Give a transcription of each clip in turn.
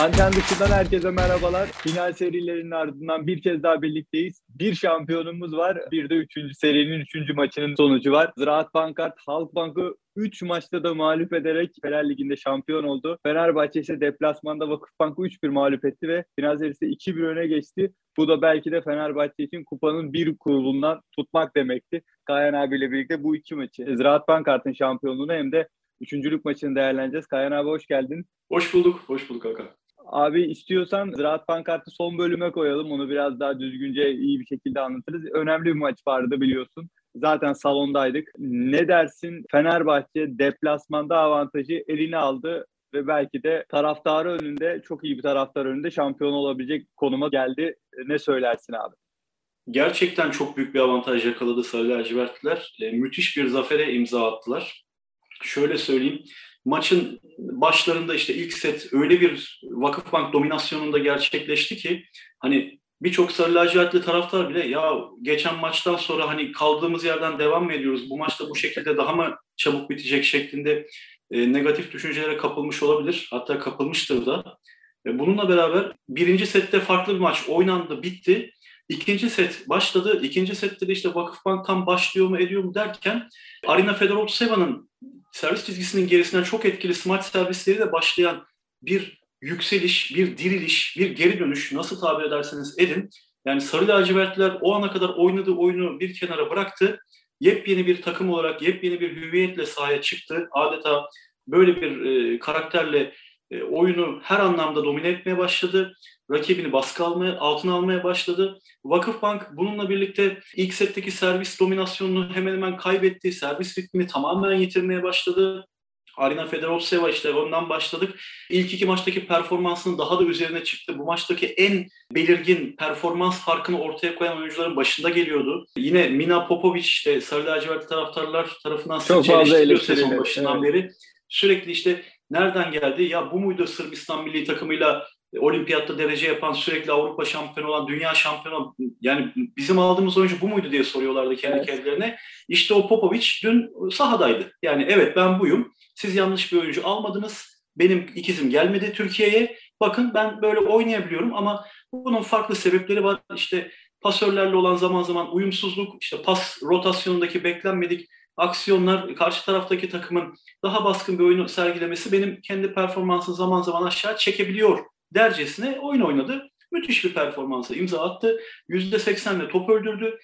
Anten dışından herkese merhabalar. Final serilerinin ardından bir kez daha birlikteyiz. Bir şampiyonumuz var. Bir de 3. serinin 3. maçının sonucu var. Ziraat Bankart Halkbank'ı 3 maçta da mağlup ederek Fener Ligi'nde şampiyon oldu. Fenerbahçe ise deplasmanda Vakıfbank'ı 3-1 mağlup etti ve final serisi 2-1 öne geçti. Bu da belki de Fenerbahçe için kupanın bir kulbundan tutmak demekti. Kayan abiyle birlikte bu iki maçı, Ziraat Bankart'ın şampiyonluğunu hem de üçüncülük maçını değerlendireceğiz. Kayan abi hoş geldin. Hoş bulduk Hakan. Abi istiyorsan Ziraat Bankart'ı son bölüme koyalım. Onu biraz daha düzgünce, iyi bir şekilde anlatırız. Önemli bir maç vardı biliyorsun. Zaten salondaydık. Ne dersin? Fenerbahçe deplasmanda avantajı eline aldı ve belki de taraftarı önünde, çok iyi bir taraftar önünde şampiyon olabilecek konuma geldi. Ne söylersin abi? Gerçekten çok büyük bir avantaj yakaladı Sarı Lacivertliler. Müthiş bir zafere imza attılar. Şöyle söyleyeyim. Maçın başlarında işte ilk set öyle bir Vakıfbank dominasyonunda gerçekleşti ki hani birçok Sarı Lacivertli taraftar bile ya geçen maçtan sonra hani kaldığımız yerden devam mı ediyoruz? Bu maçta bu şekilde daha mı çabuk bitecek şeklinde negatif düşüncelere kapılmış olabilir. Hatta kapılmıştır da. Bununla beraber birinci sette farklı bir maç oynandı, bitti. İkinci set başladı. İkinci sette de işte Vakıfbank tam başlıyor mu ediyor mu derken Arina Fedorovtseva'nın servis çizgisinin gerisinden çok etkili smaç servisleriyle başlayan bir yükseliş, bir diriliş, bir geri dönüş nasıl tabir ederseniz edin. Yani Sarı Lacivertliler o ana kadar oynadığı oyunu bir kenara bıraktı. Yepyeni bir takım olarak yepyeni bir hüviyetle sahaya çıktı. Adeta böyle bir karakterle oyunu her anlamda domine etmeye başladı. Rakibini baskı altına almaya başladı. Vakıfbank bununla birlikte ilk setteki servis dominasyonunu hemen hemen kaybetti. Servis ritmini tamamen yitirmeye başladı. Arina Fedorovtseva işte ondan başladık. İlk iki maçtaki performansının daha da üzerine çıktı. Bu maçtaki en belirgin performans farkını ortaya koyan oyuncuların başında geliyordu. Yine Mina Popovic işte Sarı Lacivertli taraftarlar tarafından sıkça eleştiriliyor sezon başından beri. Sürekli işte nereden geldi? Ya bu muydu Sırbistan milli takımıyla olimpiyatta derece yapan, sürekli Avrupa şampiyonu olan, dünya şampiyonu, yani bizim aldığımız oyuncu bu muydu diye soruyorlardı kendi kendilerine. İşte o Popovic dün sahadaydı. Yani evet ben buyum. Siz yanlış bir oyuncu almadınız. Benim ikizim gelmedi Türkiye'ye. Bakın ben böyle oynayabiliyorum ama bunun farklı sebepleri var. İşte pasörlerle olan zaman zaman uyumsuzluk, işte pas rotasyonundaki beklenmedik aksiyonlar, karşı taraftaki takımın daha baskın bir oyunu sergilemesi benim kendi performansımı zaman zaman aşağı çekebiliyor dercesine oyun oynadı. Müthiş bir performansa imza attı. %80'le top öldürdü.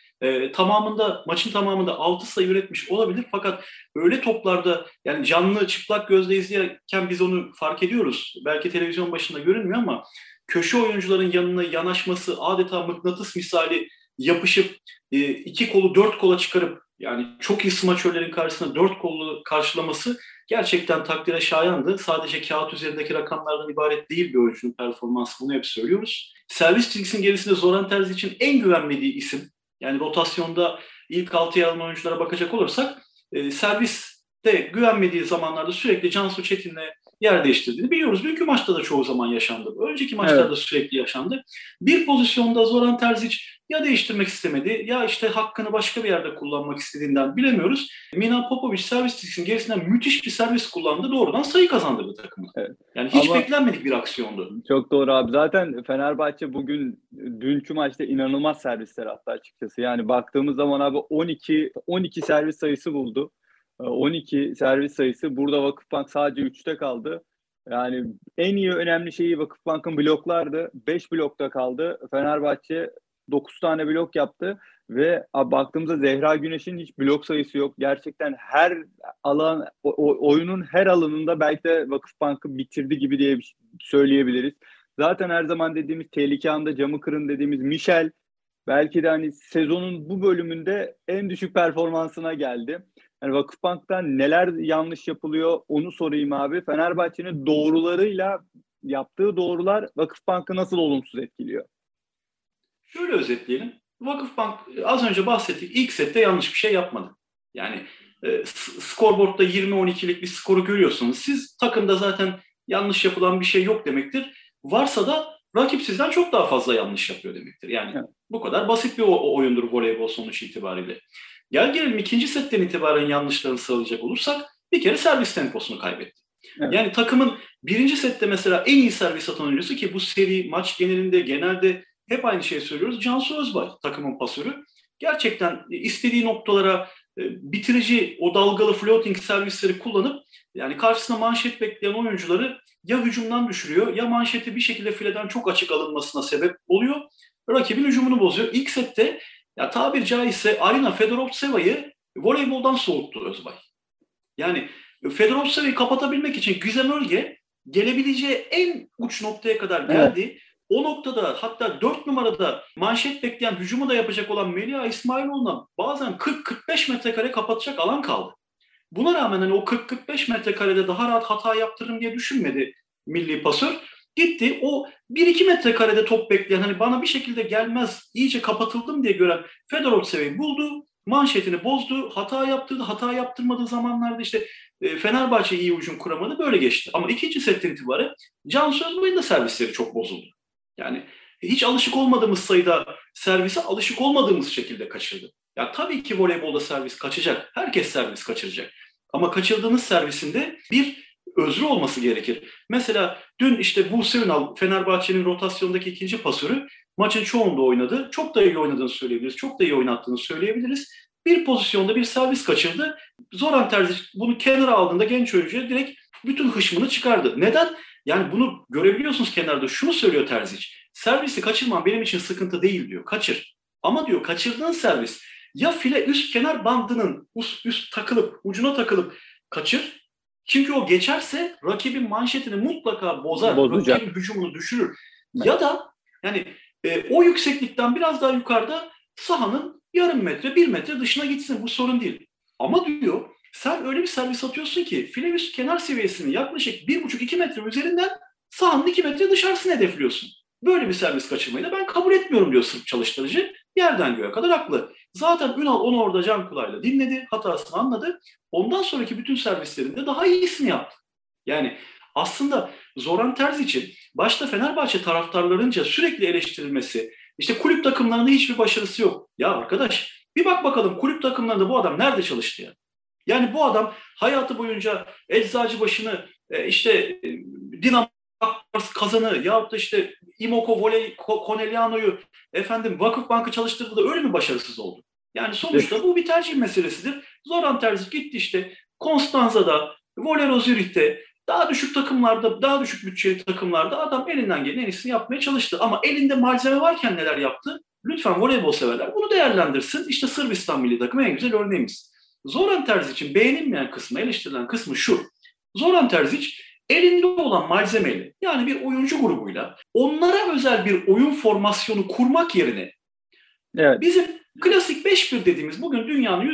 Maçın tamamında 6 sayı üretmiş olabilir. Fakat öyle toplarda yani canlı çıplak gözle izlerken biz onu fark ediyoruz. Belki televizyon başında görünmüyor ama köşe oyuncuların yanına yanaşması adeta mıknatıs misali yapışıp iki kolu dört kola çıkarıp yani çok iyi smaçörlerin karşısında dört kollu karşılaması gerçekten takdire şayandı. Sadece kağıt üzerindeki rakamlardan ibaret değil bir oyuncunun performansı. Bunu hep söylüyoruz. Servis çizgisinin gerisinde Zoran Terzic'in en güvenmediği isim. Yani rotasyonda ilk 6'ya alınan oyunculara bakacak olursak serviste güvenmediği zamanlarda sürekli Cansu Çetin'le yer değiştirdiğini biliyoruz. Dünkü maçta da çoğu zaman yaşandı. Önceki maçlarda sürekli yaşandı. Bir pozisyonda Zoran Terzic ya değiştirmek istemedi ya işte hakkını başka bir yerde kullanmak istediğinden bilemiyoruz. Mina Popovic servis çizgisinin gerisinden müthiş bir servis kullandı. Doğrudan sayı kazandırdı takımı. Evet. Yani hiç beklenmedik bir aksiyondu. Çok doğru abi. Zaten Fenerbahçe dünkü maçta inanılmaz servisler attı açıkçası. Yani baktığımız zaman abi 12 servis sayısı buldu. 12 servis sayısı. Burada Vakıfbank sadece 3'te kaldı. Yani en iyi önemli şeyi Vakıfbank'ın bloklardı. 5 blokta kaldı. Fenerbahçe 9 tane blok yaptı ve baktığımızda Zehra Güneş'in hiç blok sayısı yok. Gerçekten her alan oyunun her alanında belki de Vakıfbank'ı bitirdi gibi diye söyleyebiliriz. Zaten her zaman dediğimiz tehlike anda camı kırın dediğimiz Michel belki de hani sezonun bu bölümünde en düşük performansına geldi. Yani Vakıfbank'tan neler yanlış yapılıyor onu sorayım abi. Fenerbahçe'nin doğrularıyla yaptığı doğrular Vakıfbank'ı nasıl olumsuz etkiliyor? Şöyle özetleyelim. Vakıfbank az önce bahsettik. İlk sette yanlış bir şey yapmadı. Yani skorboardta 20-12'lik bir skoru görüyorsunuz. Siz takımda zaten yanlış yapılan bir şey yok demektir. Varsa da rakip sizden çok daha fazla yanlış yapıyor demektir. Yani bu kadar basit bir oyundur voleybol sonuç itibariyle. Gel gelelim ikinci setten itibaren yanlışlarını sıralayacak olursak bir kere servis temposunu kaybetti. Evet. Yani takımın birinci sette mesela en iyi servis atan oyuncusu, ki bu seri maç genelinde genelde hep aynı şeyi söylüyoruz, Cansu Özbay takımın pasörü. Gerçekten istediği noktalara bitirici o dalgalı floating servisleri kullanıp yani karşısına manşet bekleyen oyuncuları ya hücumdan düşürüyor ya manşeti bir şekilde fileden çok açık alınmasına sebep oluyor. Rakibin hücumunu bozuyor. İlk sette ya tabir caizse Arina Fedorovtseva'yı voleyboldan soğuttu Özbay. Yani Fedorovtseva'yı kapatabilmek için Gizem Ölge gelebileceği en uç noktaya kadar geldi. Evet. O noktada hatta 4 numarada manşet bekleyen, hücumu da yapacak olan Melia İsmailoğlu'na bazen 40-45 metrekare kapatacak alan kaldı. Buna rağmen hani o 40-45 metrekarede daha rahat hata yaptırırım diye düşünmedi milli pasör. Gitti o 1-2 metrekarede top bekleyen, hani bana bir şekilde gelmez, iyice kapatıldım diye gören Fedorovtseva'yı buldu. Manşetini bozdu, hata yaptırdı. Hata yaptırmadığı zamanlarda işte Fenerbahçe iyi hücum kuramadı, böyle geçti. Ama ikinci setten itibaren Cansu Özbay'ın da servisleri çok bozuldu. Yani hiç alışık olmadığımız sayıda servise alışık olmadığımız şekilde kaçırdı. Ya tabii ki voleybolda servis kaçacak. Herkes servis kaçıracak. Ama kaçırdığınız servisinde bir özrü olması gerekir. Mesela dün işte Buse Ünal, Fenerbahçe'nin rotasyondaki ikinci pasörü, maçın çoğunda oynadı. Çok da iyi oynadığını söyleyebiliriz. Çok da iyi oynattığını söyleyebiliriz. Bir pozisyonda bir servis kaçırdı. Zoran Terzic bunu kenara aldığında genç oyuncuya direkt bütün hışmını çıkardı. Neden? Yani bunu görebiliyorsunuz kenarda. Şunu söylüyor Terzic. Servisi kaçırman benim için sıkıntı değil diyor. Kaçır. Ama diyor kaçırdığın servis ya file üst kenar bandının üst takılıp ucuna takılıp kaçır. Çünkü o geçerse rakibin manşetini mutlaka bozar. Bozacak. Rakibin hücumunu düşürür. Evet. Ya da yani o yükseklikten biraz daha yukarıda sahanın yarım metre, 1 metre dışına gitsin. Bu sorun değil. Ama diyor sen öyle bir servis atıyorsun ki file üst kenar seviyesini yaklaşık 1,5-2 metre üzerinden sahanın 2 metre dışarısını hedefliyorsun. Böyle bir servis kaçırmayı da ben kabul etmiyorum diyor Sırp çalıştırıcı. Yerden göğe kadar haklı. Zaten Ünal onu orada can kulağıyla dinledi, hatasını anladı. Ondan sonraki bütün servislerinde daha iyisini yaptı. Yani aslında Zoran Terzic'in başta Fenerbahçe taraftarlarınca sürekli eleştirilmesi, işte kulüp takımlarında hiçbir başarısı yok. Ya arkadaş bir bak bakalım kulüp takımlarında bu adam nerede çalıştı ya? Yani bu adam hayatı boyunca Eczacıbaşı'nı, işte Dinamo Kazan'ı yahut da işte Imoko Voley Corneliano'yu Vakıfbank'ı çalıştırdı da öyle mi başarısız oldu? Yani sonuçta bu bir tercih meselesidir. Zoran Terzic gitti işte Konstanza'da, Bolero Zürih'te, daha düşük takımlarda, daha düşük bütçeli takımlarda adam elinden gelen en iyisini yapmaya çalıştı. Ama elinde malzeme varken neler yaptı? Lütfen voleybol severler bunu değerlendirsin. İşte Sırbistan milli takımı en güzel örneğimiz. Zoran Terzic'in beğenilmeyen kısmı, eleştirilen kısmı şu. Zoran Terzic elinde olan malzemeyle, yani bir oyuncu grubuyla onlara özel bir oyun formasyonu kurmak yerine bizim klasik 5-1 dediğimiz bugün dünyanın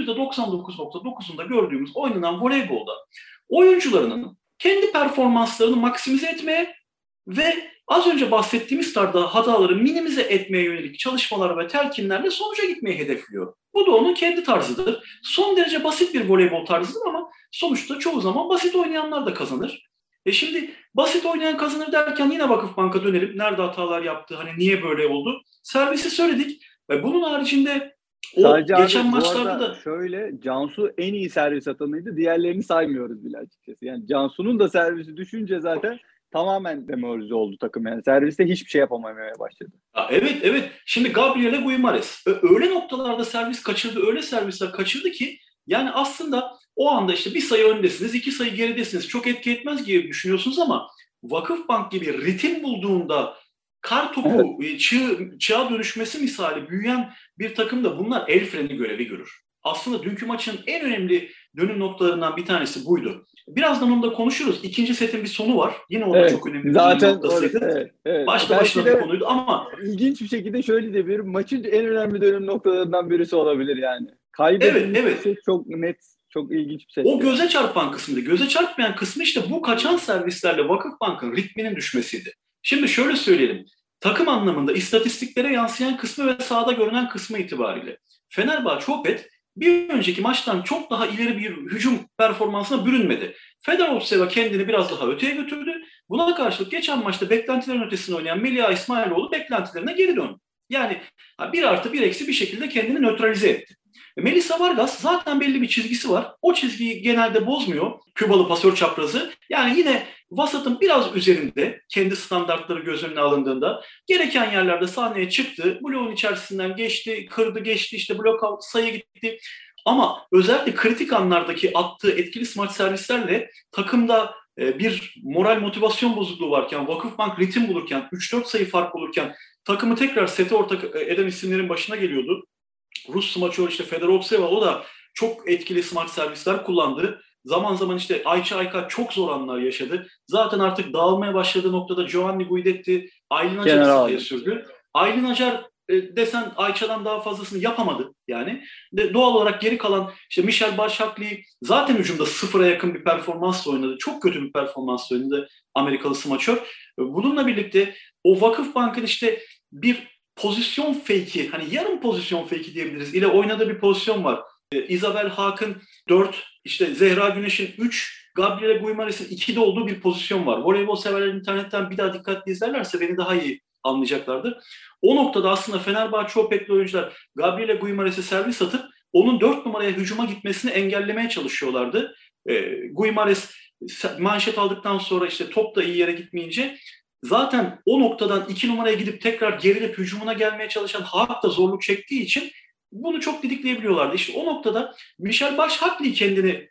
%99.9'unda gördüğümüz oynanan voleybolda oyuncularının kendi performanslarını maksimize etmeye ve az önce bahsettiğimiz tarzda hataları minimize etmeye yönelik çalışmalar ve telkinlerle sonuca gitmeyi hedefliyor. Bu da onun kendi tarzıdır. Son derece basit bir voleybol tarzıdır ama sonuçta çoğu zaman basit oynayanlar da kazanır. Şimdi basit oynayan kazanır derken yine Vakıfbank'a dönelim. Nerede hatalar yaptı, hani niye böyle oldu? Servisi söyledik ve bunun haricinde o sadece geçen abi, maçlarda da şöyle, Cansu en iyi servis atanıydı. Diğerlerini saymıyoruz bile açıkçası. Yani Cansu'nun da servisi düşünce zaten tamamen demoralize oldu takım. Yani serviste hiçbir şey yapamamaya başladı. Evet. Şimdi Gabriele Guimares öyle noktalarda servis kaçırdı, öyle servisler kaçırdı ki yani aslında o anda işte bir sayı öndesiniz, 2 sayı geridesiniz. Çok etki etmez gibi düşünüyorsunuz ama Vakıfbank gibi ritim bulduğunda kar topu çığa dönüşmesi misali büyüyen bir takımda bunlar el freni görevi görür. Aslında dünkü maçın en önemli dönüm noktalarından bir tanesi buydu. Birazdan onu da konuşuruz. İkinci setin bir sonu var. Yine orada çok önemli bir dönüm noktasıydı. Başlı başına bir konuydu ama ilginç bir şekilde şöyle de bir maçın en önemli dönüm noktalarından birisi olabilir yani. Kaybedilmesi çok net, çok ilginç bir şey. O göze çarpan kısmıydı. Göze çarpmayan kısmı işte bu kaçan servislerle Vakıfbank'ın ritminin düşmesiydi. Şimdi şöyle söyleyelim. Takım anlamında istatistiklere yansıyan kısmı ve sahada görünen kısmı itibariyle Fenerbahçe Opet bir önceki maçtan çok daha ileri bir hücum performansına bürünmedi. Fedorovtseva kendini biraz daha öteye götürdü. Buna karşılık geçen maçta beklentilerin ötesinde oynayan Melia İsmailoğlu beklentilerine geri döndü. Yani 1+1- bir şekilde kendini nötralize etti. Melissa Vargas zaten belli bir çizgisi var. O çizgiyi genelde bozmuyor Kübalı pasör çaprazı. Yani yine vasatın biraz üzerinde kendi standartları göz önüne alındığında gereken yerlerde sahneye çıktı. Bloğun içerisinden geçti, kırdı geçti, işte blok out, sayı gitti. Ama özellikle kritik anlardaki attığı etkili smaç servislerle takımda bir moral motivasyon bozukluğu varken, Vakıfbank ritim bulurken, 3-4 sayı fark olurken takımı tekrar sete ortak eden isimlerin başına geliyordu. Rus smaçör işte Fedorovseva, o da çok etkili smaç servisler kullandı. Zaman zaman işte Ayça Ayka çok zor anlar yaşadı. Zaten artık dağılmaya başladığı noktada Giovanni Guidetti, Aylin Acar'ı sahaya sürdü. Aylin Acar desen Ayça'dan daha fazlasını yapamadı yani. Doğal olarak geri kalan işte Michel Başakli zaten hücumda sıfıra yakın bir performansla oynadı. Çok kötü bir performansla oynadı Amerikalı smaçör. Bununla birlikte o Vakıfbank'ın işte bir pozisyon fake'i, hani yarım pozisyon fake'i diyebiliriz, ile oynadığı bir pozisyon var. Isabel Haak'ın 4, işte Zehra Güneş'in 3, Gabriela Guimares'in 2'de olduğu bir pozisyon var. Voleybol severler internetten bir daha dikkatli izlerlerse beni daha iyi anlayacaklardır. O noktada aslında Fenerbahçe Opet'li oyuncular Gabriela Guimares'e servis atıp onun 4 numaraya hücuma gitmesini engellemeye çalışıyorlardı. Guimares manşet aldıktan sonra işte top da iyi yere gitmeyince zaten o noktadan 2 numaraya gidip tekrar gerilip hücumuna gelmeye çalışan Haak da zorluk çektiği için bunu çok didikleyebiliyorlardı. İşte o noktada Michel Başakli kendini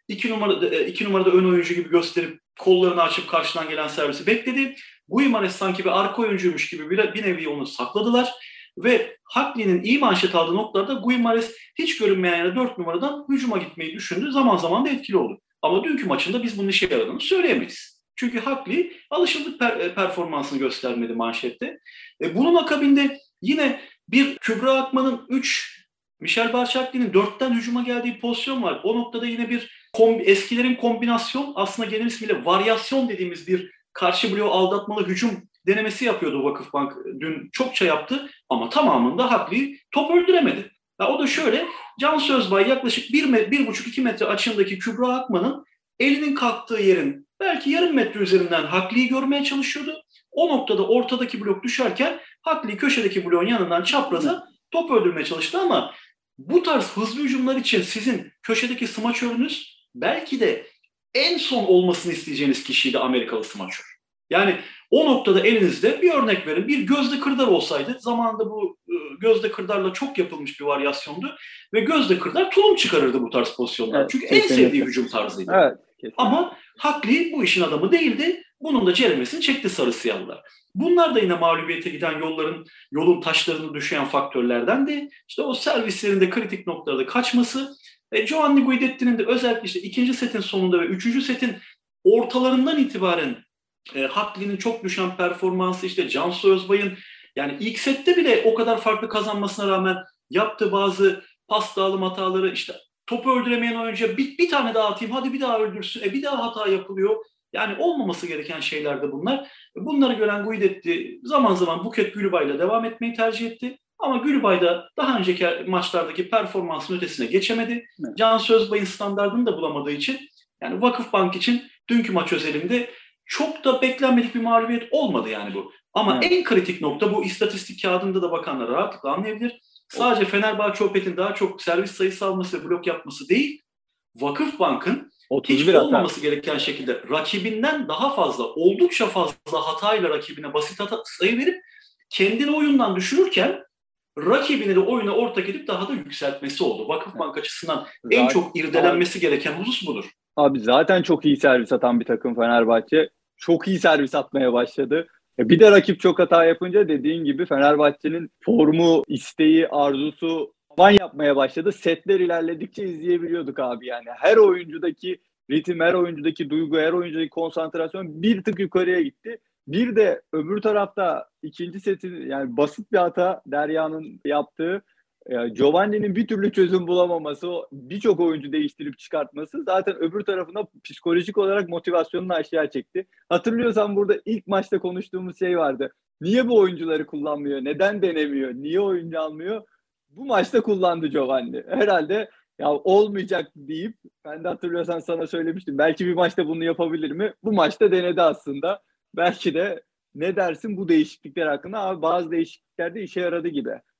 2 numarada ön oyuncu gibi gösterip kollarını açıp karşıdan gelen servisi bekledi. Guimares sanki bir arka oyuncuymuş gibi bir nevi onu sakladılar. Ve Hakli'nin iyi manşet aldığı noktalarda Guimares hiç görünmeyen yere 4 numaradan hücuma gitmeyi düşündü. Zaman zaman da etkili oldu. Ama dünkü maçında biz bunun işe yaradığını söyleyemeyiz. Çünkü Hakli alışıldık performansını göstermedi manşette. Bunun akabinde yine bir Kübra Akman'ın 3, Michel Başakli'nin 4'ten hücuma geldiği pozisyon var. O noktada yine bir eskilerin kombinasyon, aslında genel ismiyle varyasyon dediğimiz bir karşı bloğu aldatmalı hücum denemesi yapıyordu Vakıfbank. Dün çokça yaptı ama tamamında Hakli top öldüremedi. Ya o da şöyle, Can Sözbay yaklaşık 1,5-2 metre açığındaki Kübra Akman'ın elinin kalktığı yerin belki yarım metre üzerinden Hakli'yi görmeye çalışıyordu. O noktada ortadaki blok düşerken Hakli köşedeki bloğun yanından çapraza top öldürmeye çalıştı ama bu tarz hızlı hücumlar için sizin köşedeki smaçörünüz belki de en son olmasını isteyeceğiniz kişiydi Amerikalı smaçör. Yani o noktada elinizde bir örnek verin. Bir Gözde Kırdar olsaydı, zamanında bu Gözde Kırdar'la çok yapılmış bir varyasyondu ve Gözde Kırdar tulum çıkarırdı bu tarz pozisyonlar. Evet, çünkü kesinlikle en sevdiği hücum tarzıydı. Evet, ama Hakli bu işin adamı değildi. Bunun da ceremesini çekti sarı siyahlılar. Bunlar da yine mağlubiyete giden yolun taşlarını düşen faktörlerdendi. İşte o servislerinde kritik noktalarda kaçması. Giovanni Guidetti'nin de özellikle işte 2. setin sonunda ve 3. setin ortalarından itibaren Hakli'nin çok düşen performansı, işte Cansu Özbay'ın yani ilk sette bile o kadar farklı kazanmasına rağmen yaptığı bazı pas dağılım hataları, işte topu öldüremeyen oyuncuya bir tane daha atayım, hadi bir daha öldürsün, bir daha hata yapılıyor. Yani olmaması gereken şeyler de bunlar. Bunları gören Guidetti zaman zaman Buket Gülbay'la devam etmeyi tercih etti. Ama Gülbay da daha önceki maçlardaki performansın ötesine geçemedi. Evet. Can Sözbay'ın standardını da bulamadığı için yani Vakıfbank için dünkü maç özelinde çok da beklenmedik bir mağlubiyet olmadı yani bu. Ama evet, en kritik nokta, bu istatistik kağıdında da bakanlar rahatlıkla anlayabilir. Sadece Fenerbahçe Opet'in daha çok servis sayısı alması ve blok yapması değil, Vakıfbank'ın hiç olmaması gereken şekilde rakibinden daha fazla, oldukça fazla hatayla rakibine basit sayı verip kendini oyundan düşürürken rakibini de oyuna ortak edip daha da yükseltmesi oldu. Vakıfbank açısından en çok irdelenmesi gereken husus budur. Abi zaten çok iyi servis atan bir takım Fenerbahçe. Çok iyi servis atmaya başladı. Bir de rakip çok hata yapınca dediğin gibi Fenerbahçe'nin formu, isteği, arzusu tavan yapmaya başladı. Setler ilerledikçe izleyebiliyorduk abi yani. Her oyuncudaki ritim, her oyuncudaki duygu, her oyuncudaki konsantrasyon bir tık yukarıya gitti. Bir de öbür tarafta ikinci setin yani basit bir hata Derya'nın yaptığı, Giovanni'nin bir türlü çözüm bulamaması, birçok oyuncu değiştirip çıkartması zaten öbür tarafına psikolojik olarak motivasyonunu aşağı çekti. Hatırlıyorsan burada ilk maçta konuştuğumuz şey vardı. Niye bu oyuncuları kullanmıyor? Neden denemiyor? Niye oyuncu almıyor? Bu maçta kullandı Giovanni. Herhalde ya olmayacak deyip, ben de hatırlıyorsan sana söylemiştim. Belki bir maçta bunu yapabilir mi? Bu maçta denedi aslında. Belki de ne dersin bu değişiklikler hakkında? Abi bazı değişiklikler de işe yaradı gibi.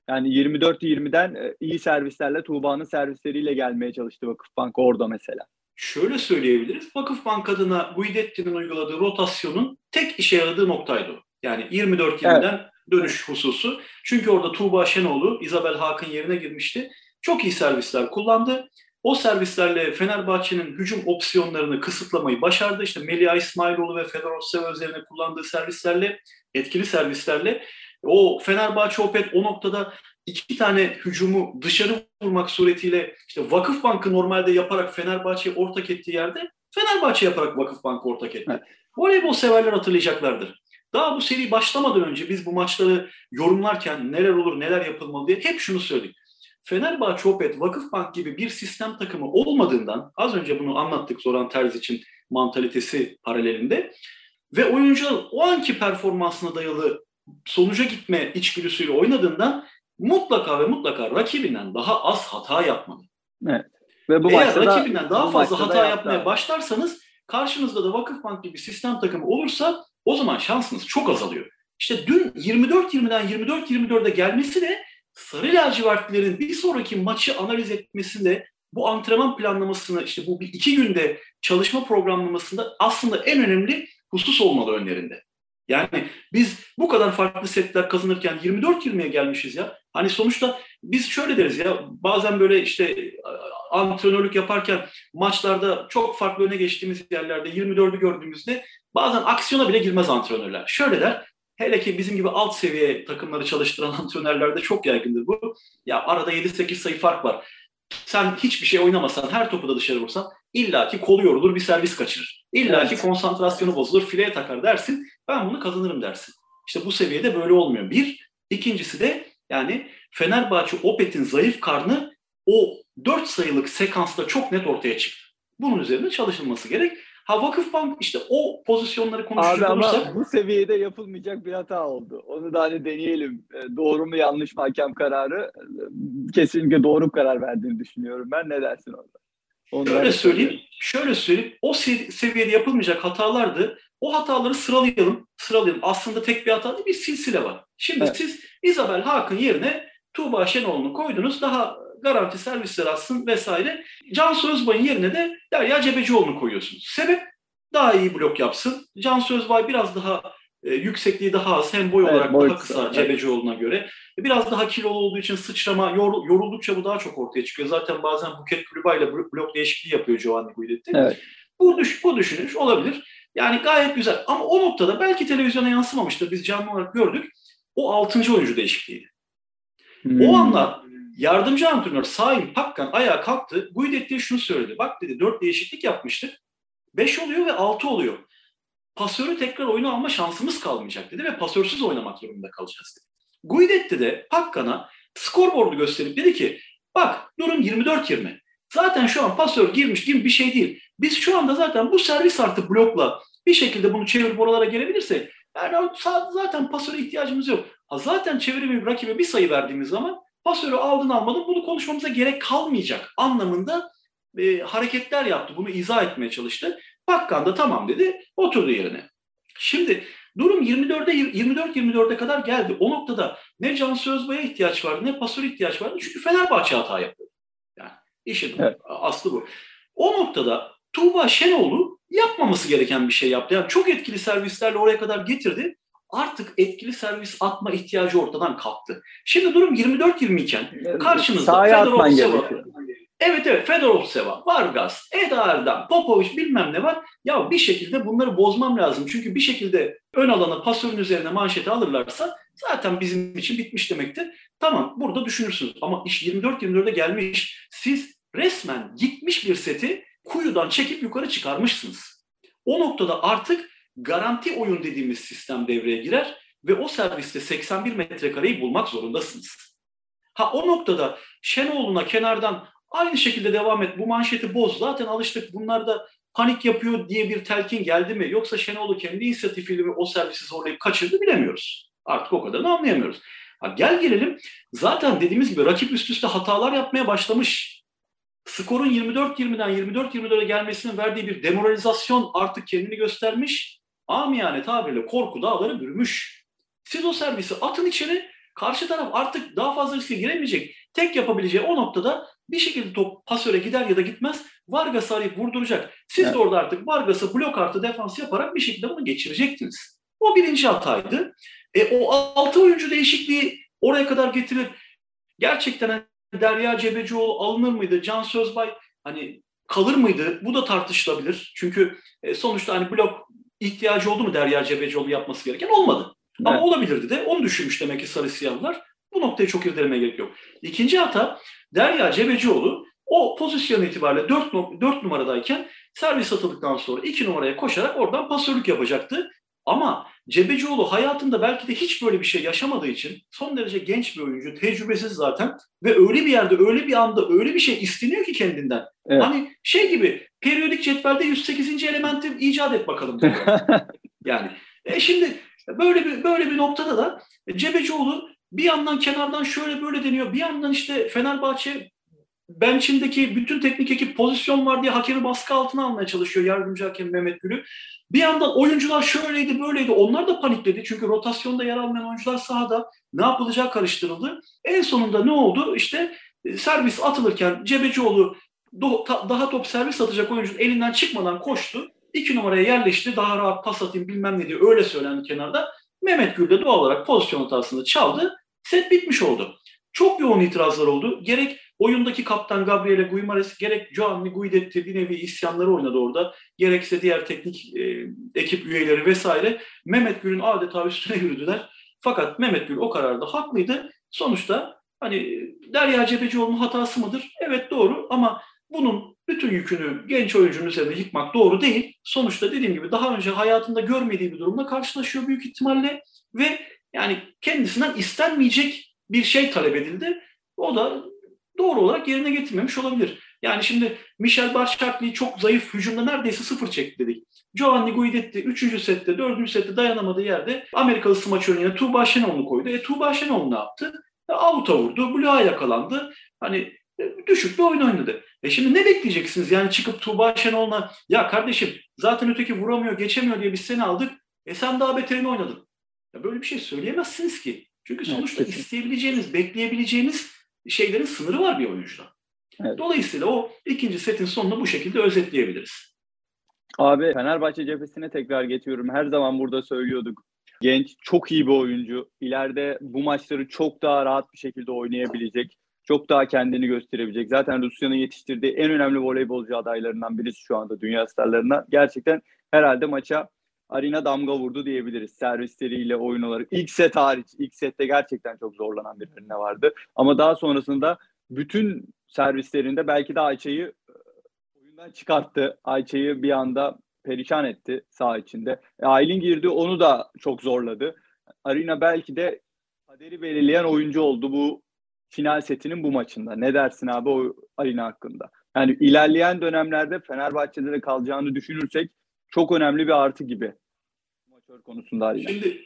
Yani 24-20'den iyi servislerle, Tuğba'nın servisleriyle gelmeye çalıştı Vakıfbank orada mesela. Şöyle söyleyebiliriz. Vakıfbank adına Guidetti'nin uyguladığı rotasyonun tek işe yaradığı noktaydı o. Yani 24-20'den dönüş hususu. Çünkü orada Tuğba Şenoğlu, Isabel Haak'ın yerine girmişti. Çok iyi servisler kullandı. O servislerle Fenerbahçe'nin hücum opsiyonlarını kısıtlamayı başardı. İşte Melih İsmailoğlu ve Fedor Seva üzerine kullandığı servislerle, etkili servislerle o Fenerbahçe Opet o noktada 2 tane hücumu dışarı vurmak suretiyle işte Vakıfbank'ı normalde yaparak Fenerbahçe'yi ortak ettiği yerde Fenerbahçe yaparak Vakıfbank'ı ortak etti. Evet. Voleybol severler hatırlayacaklardır. Daha bu seri başlamadan önce biz bu maçları yorumlarken neler olur, neler yapılmalı diye hep şunu söyledik. Fenerbahçe Opet, Vakıfbank gibi bir sistem takımı olmadığından, az önce bunu anlattık Zoran Terzic'in mantalitesi paralelinde ve oyuncular o anki performansına dayalı sonuca gitme içgüdüsüyle oynadığından mutlaka ve mutlaka rakibinden daha az hata yapmalı. Evet. Ve bu eğer rakibinden daha fazla hata yapmaya başlarsanız karşınızda da Vakıfbank gibi sistem takımı olursa o zaman şansınız çok azalıyor. İşte dün 24-20'den 24-24'e gelmesi de Sarı lacivertlerin bir sonraki maçı analiz etmesinde bu antrenman planlamasını işte bu 2 günde çalışma programlamasında aslında en önemli husus olmalı önlerinde. Yani biz bu kadar farklı setler kazanırken 24-20'ye gelmişiz ya. Hani sonuçta biz şöyle deriz ya, bazen böyle işte antrenörlük yaparken maçlarda çok farklı öne geçtiğimiz yerlerde 24'ü gördüğümüzde bazen aksiyona bile girmez antrenörler. Şöyle der, hele ki bizim gibi alt seviye takımları çalıştıran antrenörlerde çok yaygındır bu. Ya arada 7-8 sayı fark var. Sen hiçbir şey oynamasan, her topu da dışarı vursan illaki kolu yorulur, bir servis kaçırır. İllaki konsantrasyonu bozulur, fileye takar dersin. Ben bunu kazanırım dersin. İşte bu seviyede böyle olmuyor. Bir. İkincisi de yani Fenerbahçe Opet'in zayıf karnı o 4 sayılık sekansta çok net ortaya çıktı. Bunun üzerine çalışılması gerek. Vakıfbank işte o pozisyonları konuşacak olursak... Ama bu seviyede yapılmayacak bir hata oldu. Onu da hani deneyelim. Doğru mu yanlış mı hakem kararı? Kesinlikle doğru karar verdiğini düşünüyorum ben. Ne dersin orada? Şöyle söyleyeyim. O seviyede yapılmayacak hatalardı. O hataları sıralayalım. Aslında tek bir hata değil, bir silsile var. Şimdi siz Isabel Haak'ın yerine Tuğba Şenoğlu'nu koydunuz. Daha garanti servisler atsın vesaire. Cansu Özbay'ın yerine de Derya Cebecioğlu'nu koyuyorsunuz. Sebep daha iyi blok yapsın. Cansu Özbay biraz daha yüksekliği daha az. Hem boy olarak daha kısa Cebecioğlu'na göre. Biraz daha kilolu olduğu için sıçrama, yoruldukça bu daha çok ortaya çıkıyor. Zaten bazen Buket Kulübay'la blok değişikliği yapıyor Giovanni Guidetti. Evet. Bu düşünüş olabilir. Yani gayet güzel. Ama o noktada belki televizyona yansımamıştır. Biz canlı olarak gördük. O 6. oyuncu değişikliğiydi. O anda yardımcı antrenör Saim Pakkan ayağa kalktı. Guidetti'ye şunu söyledi. Bak dedi, 4 değişiklik yapmıştık. 5 oluyor ve 6 oluyor. Pasörü tekrar oyuna alma şansımız kalmayacak dedi ve pasörsüz oynamak zorunda kalacağız dedi. Guidetti de Pakkan'a skorboardu gösterip dedi ki bak durum 24-20. Zaten şu an pasör girmiş gibi bir şey değil. Biz şu anda zaten bu servis artı blokla bir şekilde bunu çevirip oralara gelebilirsek yani zaten pasöre ihtiyacımız yok. Zaten çevirip rakibe bir sayı verdiğimiz zaman pasörü aldın almadın bunu konuşmamıza gerek kalmayacak anlamında hareketler yaptı. Bunu izah etmeye çalıştı. Pakkan da tamam dedi, oturdu yerine. Şimdi durum 24-24'e kadar geldi. O noktada ne Cansu Özbay'a ihtiyaç vardı ne pasöre ihtiyaç vardı. Çünkü Fenerbahçe hata yapıyor. Yani işin aslı bu. O noktada Tuğba Şenoğlu yapmaması gereken bir şey yaptı. Yani çok etkili servislerle oraya kadar getirdi. Artık etkili servis atma ihtiyacı ortadan kalktı. Şimdi durum 24-20 iken karşınızda Fedorov Seva. Evet Fedorov Seva, Vargas, Eda Erdem, Popovic bilmem ne var. Ya bir şekilde bunları bozmam lazım. Çünkü bir şekilde ön alana pasörün üzerine manşeti alırlarsa zaten bizim için bitmiş demektir. Tamam burada düşünürsünüz ama iş 24-24'e gelmiş. Siz resmen gitmiş bir seti kuyudan çekip yukarı çıkarmışsınız. O noktada artık garanti oyun dediğimiz sistem devreye girer ve o serviste 81 metrekareyi bulmak zorundasınız. O noktada Şenoğlu'na kenardan aynı şekilde devam et, bu manşeti boz, zaten alıştık, bunlar da panik yapıyor diye bir telkin geldi mi? Yoksa Şenoğlu kendi inisiyatifiyle mi o servisi zorlayıp kaçırdı bilemiyoruz. Artık o kadarını anlayamıyoruz. Gel gelelim, zaten dediğimiz gibi rakip üst üste hatalar yapmaya başlamış. Skorun 24-20'den 24-24'e gelmesinin verdiği bir demoralizasyon artık kendini göstermiş. Amiyane tabirle korku dağları bürümüş. Siz o servisi atın içeri, Karşı taraf artık daha fazla riske giremeyecek. Tek yapabileceği o noktada bir şekilde top pasöre gider ya da gitmez Vargas'ı arayıp vurduracak. Siz de orada artık Vargas'ı blok artı defans yaparak bir şekilde bunu geçirecektiniz. O birinci hataydı. O 6 oyuncu değişikliği oraya kadar getirip gerçekten Derya Cebecioğlu alınır mıydı? Can Sözbay hani kalır mıydı? Bu da tartışılabilir. Çünkü sonuçta hani blok ihtiyacı oldu mu Derya Cebecioğlu yapması gereken? Olmadı. Evet. Ama olabilirdi de. Onu düşünmüş demek ki sarı siyahlar. Bu noktayı çok irdelemeye gerek yok. İkinci hata Derya Cebecioğlu o pozisyon itibariyle 4 numaradayken servis atıldıktan sonra 2 numaraya koşarak oradan pasörlük yapacaktı. Ama Cebecioğlu hayatında belki de hiç böyle bir şey yaşamadığı için son derece genç bir oyuncu, tecrübesiz zaten ve öyle bir yerde, öyle bir anda öyle bir şey isteniyor ki kendinden. Evet. Hani şey gibi periyodik cetvelde 108. elementi icat et bakalım. Yani şimdi böyle bir noktada da Cebecioğlu bir yandan kenardan şöyle böyle deniyor. Bir yandan işte Fenerbahçe bench'indeki bütün teknik ekip pozisyon var diye hakemi baskı altına almaya çalışıyor yardımcı hakem Mehmet Gül'ü. Bir yandan oyuncular şöyleydi böyleydi. Onlar da panikledi. Çünkü rotasyonda yer almayan oyuncular sahada ne yapılacağı karıştırıldı. En sonunda ne oldu? İşte servis atılırken Cebecioğlu daha top servis atacak oyuncunun elinden çıkmadan koştu. 2 numaraya yerleşti. Daha rahat pas atayım bilmem ne diye öyle söylendi kenarda. Mehmet Gül de doğal olarak pozisyon hatasını çaldı. Set bitmiş oldu. Çok yoğun itirazlar oldu. Gerek oyundaki kaptan Gabriele Guimares, gerek Giovanni Guidetti bir nevi isyanları oynadı orada. Gerekse diğer teknik ekip üyeleri vesaire. Mehmet Gül'ün adeta üstüne yürüdüler. Fakat Mehmet Gül o kararda haklıydı. Sonuçta hani Derya Cebecioğlu'nun hatası mıdır? Evet doğru ama bunun bütün yükünü genç oyuncunun üzerine yıkmak doğru değil. Sonuçta dediğim gibi daha önce hayatında görmediği bir durumla karşılaşıyor büyük ihtimalle ve yani kendisinden istenmeyecek bir şey talep edildi. O da doğru olarak yerine getirmemiş olabilir. Yani şimdi Michel Batshuayi çok zayıf hücumda neredeyse 0 çekti dedik. Giovanni Guidetti 3. sette 4. sette dayanamadığı yerde Amerikalı smaçörün yerine Tuğba Şenol'u koydu. Tuğba Şenol ne yaptı? Out'a vurdu. Blue'a yakalandı. Hani düşük bir oyun oynadı. Şimdi ne bekleyeceksiniz? Yani çıkıp Tuğba Şenol'la ya kardeşim zaten öteki vuramıyor, geçemiyor diye biz seni aldık. Sen daha beterini oynadın. Ya böyle bir şey söyleyemezsiniz ki. Çünkü sonuçta isteyebileceğiniz, bekleyebileceğiniz şeylerin sınırı var bir oyuncuda. Evet. Dolayısıyla o ikinci setin sonunu bu şekilde özetleyebiliriz. Abi Fenerbahçe cephesine tekrar getiriyorum. Her zaman burada söylüyorduk. Genç, çok iyi bir oyuncu. İleride bu maçları çok daha rahat bir şekilde oynayabilecek. Çok daha kendini gösterebilecek. Zaten Rusya'nın yetiştirdiği en önemli voleybolcu adaylarından birisi şu anda dünya starlarından. Gerçekten herhalde maça Arina damga vurdu diyebiliriz. Servisleriyle oyun olarak. İlk set hariç. İlk sette gerçekten çok zorlanan bir Arina vardı. Ama daha sonrasında bütün servislerinde belki de Ayça'yı oyundan çıkarttı. Ayça'yı bir anda perişan etti saha içinde. Aylin girdi, onu da çok zorladı. Arina belki de kaderi belirleyen oyuncu oldu bu final setinin bu maçında. Ne dersin abi o Arina hakkında? Yani ilerleyen dönemlerde Fenerbahçe'de de kalacağını düşünürsek çok önemli bir artı gibi. Maçör konusunda Arina. Şimdi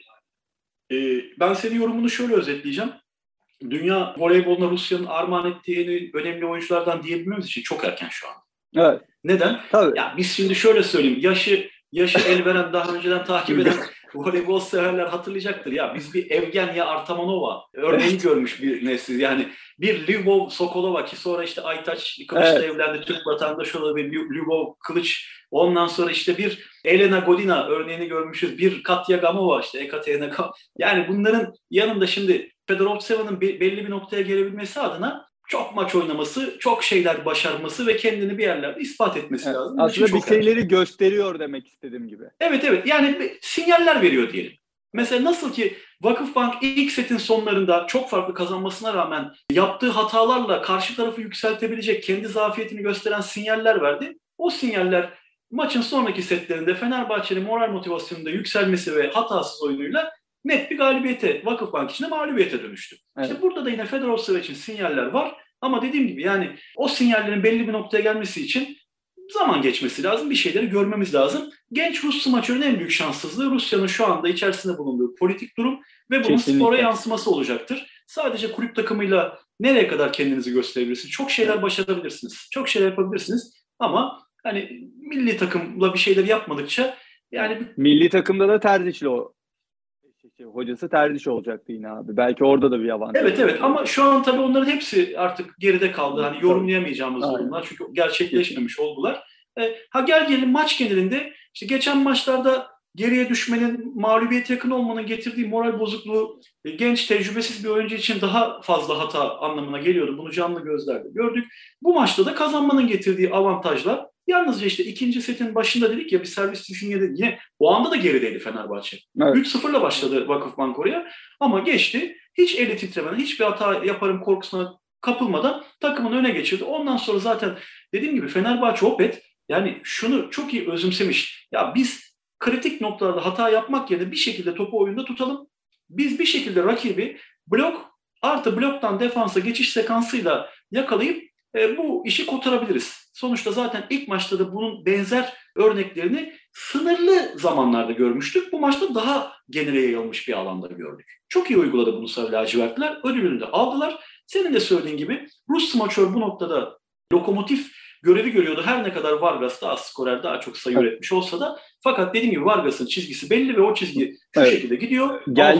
ben senin yorumunu şöyle özetleyeceğim. Dünya voleyboluna Rusya'nın armağan ettiği önemli oyunculardan diyebilmemiz için çok erken şu an. Evet. Neden? Tabii. Ya biz şimdi şöyle söyleyeyim. Yaşı el veren, daha önceden takip eden voleybol severler hatırlayacaktır. Ya biz bir Evgenya Artamonova örneğini görmüş bir nesiliz. Yani bir Lyubov Sokolova ki sonra işte Aytaç Kılıç'la evlendi. Türk vatandaşı olan bir Lyubov Kılıç. Ondan sonra işte bir Elena Godina örneğini görmüşüz. Bir Katya Gamova işte Ekaterina Gamova. Yani bunların yanında şimdi Fedorovtseva'nın belli bir noktaya gelebilmesi adına çok maç oynaması, çok şeyler başarması ve kendini bir yerlerde ispat etmesi lazım. Aslında bir şeyleri gösteriyor demek istediğim gibi. Evet. Yani sinyaller veriyor diyelim. Mesela nasıl ki Vakıfbank ilk setin sonlarında çok farklı kazanmasına rağmen yaptığı hatalarla karşı tarafı yükseltebilecek, kendi zafiyetini gösteren sinyaller verdi. O sinyaller maçın sonraki setlerinde Fenerbahçe'nin moral motivasyonunda yükselmesi ve hatasız oyunuyla net bir galibiyete, Vakıfbank için de mağlubiyete dönüştü. Evet. İşte burada da yine Fedorovtseva için sinyaller var. Ama dediğim gibi yani o sinyallerin belli bir noktaya gelmesi için zaman geçmesi lazım. Bir şeyleri görmemiz lazım. Genç Rus smaçörün en büyük şanssızlığı Rusya'nın şu anda içerisinde bulunduğu politik durum ve bunun spora yansıması olacaktır. Sadece kulüp takımıyla nereye kadar kendinizi gösterebilirsiniz? Çok şeyler başarabilirsiniz. Çok şeyler yapabilirsiniz. Ama hani milli takımla bir şeyler yapmadıkça yani... Milli takımda da Terziç'le o Hocası Terzic olacaktı yine abi. Belki orada da bir avantaj. Evet ama şu an tabii onların hepsi artık geride kaldı. Hani yorumlayamayacağımız Aynen. durumlar. Çünkü gerçekleşmemiş oldular. Gel gelelim maç genelinde. İşte geçen maçlarda geriye düşmenin, mağlubiyete yakın olmanın getirdiği moral bozukluğu genç, tecrübesiz bir oyuncu için daha fazla hata anlamına geliyordu. Bunu canlı gözlerle gördük. Bu maçta da kazanmanın getirdiği avantajlar yalnızca işte ikinci setin başında dedik ya bir servis düşünce yine o anda da gerideydi Fenerbahçe. Evet. 3-0'la başladı Vakıfbank oraya ama geçti. Hiç eli titremeden, hiçbir hata yaparım korkusuna kapılmadan takımını öne geçirdi. Ondan sonra zaten dediğim gibi Fenerbahçe Opet yani şunu çok iyi özümsemiş. Ya biz kritik noktalarda hata yapmak yerine bir şekilde topu oyunda tutalım. Biz bir şekilde rakibi blok artı bloktan defansa geçiş sekansıyla yakalayıp bu işi kotarabiliriz. Sonuçta zaten ilk maçta da bunun benzer örneklerini sınırlı zamanlarda görmüştük. Bu maçta daha genele yayılmış bir alanda gördük. Çok iyi uyguladı bunu Sarı Lacivertliler. Ödülünü de aldılar. Senin de söylediğin gibi Rus smaçör bu noktada lokomotif görevi görüyordu. Her ne kadar Vargas daha skorer, daha çok sayı üretmiş olsa da fakat dediğim gibi Vargas'ın çizgisi belli ve o çizgi şu şekilde gidiyor.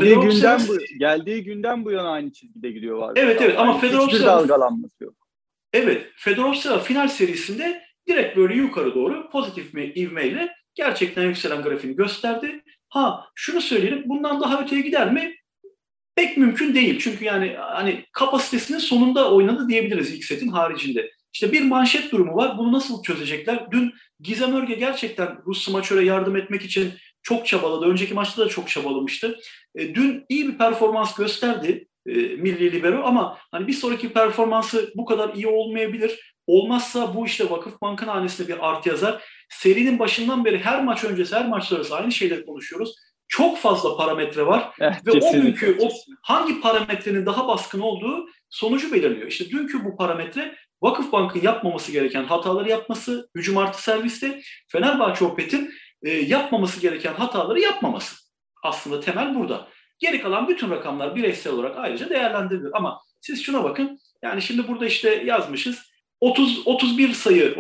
Geldiği günden bu yana aynı çizgide gidiyor Vargas. Evet ama Fedorov hiçbir dalgalanması yok. Evet, Fedorov final serisinde direkt böyle yukarı doğru pozitif ivmeyle gerçekten yükselen grafiğini gösterdi. Şunu söyleyelim, bundan daha öteye gider mi? Pek mümkün değil. Çünkü yani hani kapasitesinin sonunda oynadı diyebiliriz ilk setin haricinde. İşte bir manşet durumu var. Bunu nasıl çözecekler? Dün Gizem Örge gerçekten Rus smaçöre yardım etmek için çok çabaladı. Önceki maçta da çok çabalamıştı. Dün iyi bir performans gösterdi milli libero ama hani bir sonraki performansı bu kadar iyi olmayabilir. Olmazsa bu işte Vakıfbank'ın hanesine bir artı yazar. Serinin başından beri her maç öncesi, her maç sonrası aynı şeyleri konuşuyoruz. Çok fazla parametre var ve o günkü hangi parametrenin daha baskın olduğu sonucu belirliyor. İşte dünkü bu parametre Vakıfbank'ın yapmaması gereken hataları yapması, hücum artı serviste, Fenerbahçe Opet'in yapmaması gereken hataları yapmaması. Aslında temel burada. Geri kalan bütün rakamlar bireysel olarak ayrıca değerlendirilir. Ama siz şuna bakın. Yani şimdi burada işte yazmışız. 31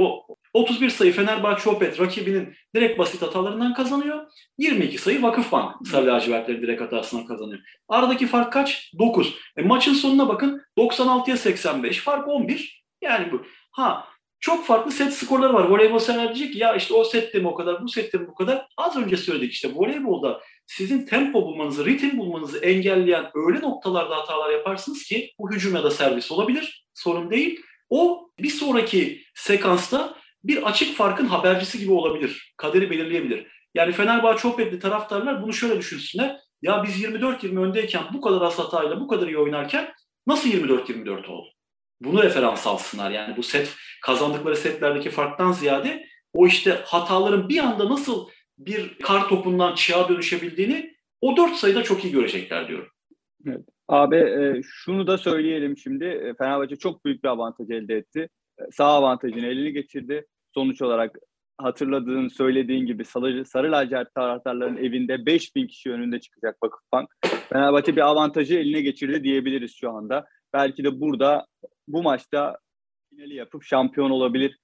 sayı Fenerbahçe Opet rakibinin direkt basit hatalarından kazanıyor. 22 sayı Vakıfbank Sarı Lacivertlerin direkt hatasından kazanıyor. Aradaki fark kaç? 9. Maçın sonuna bakın. 96'ya 85. Fark 11. Yani bu. Çok farklı set skorları var. Voleybol sever diyecek ki ya işte o sette mi o kadar, bu sette mi bu kadar. Az önce söyledik işte voleybolda sizin tempo bulmanızı, ritim bulmanızı engelleyen öyle noktalarda hatalar yaparsınız ki bu hücum ya da servis olabilir. Sorun değil. O bir sonraki sekansta bir açık farkın habercisi gibi olabilir. Kaderi belirleyebilir. Yani Fenerbahçe Opet'li taraftarlar bunu şöyle düşünsünler. Ya biz 24-20 öndeyken bu kadar az hatayla bu kadar iyi oynarken nasıl 24-24 oldu? Bunu referans alsınlar. Yani bu kazandıkları setlerdeki farktan ziyade o işte hataların bir anda nasıl bir kar topundan çığa dönüşebildiğini o 4 sayıda çok iyi görecekler diyorum. Evet. Abi şunu da söyleyelim şimdi. Fenerbahçe çok büyük bir avantaj elde etti. Sağ avantajını eline geçirdi. Sonuç olarak hatırladığın, söylediğin gibi Sarı Lacivert taraftarların evinde 5.000 kişi önünde çıkacak Vakıfbank. Fenerbahçe bir avantajı eline geçirdi diyebiliriz şu anda. Belki de bu maçta finali yapıp şampiyon olabilir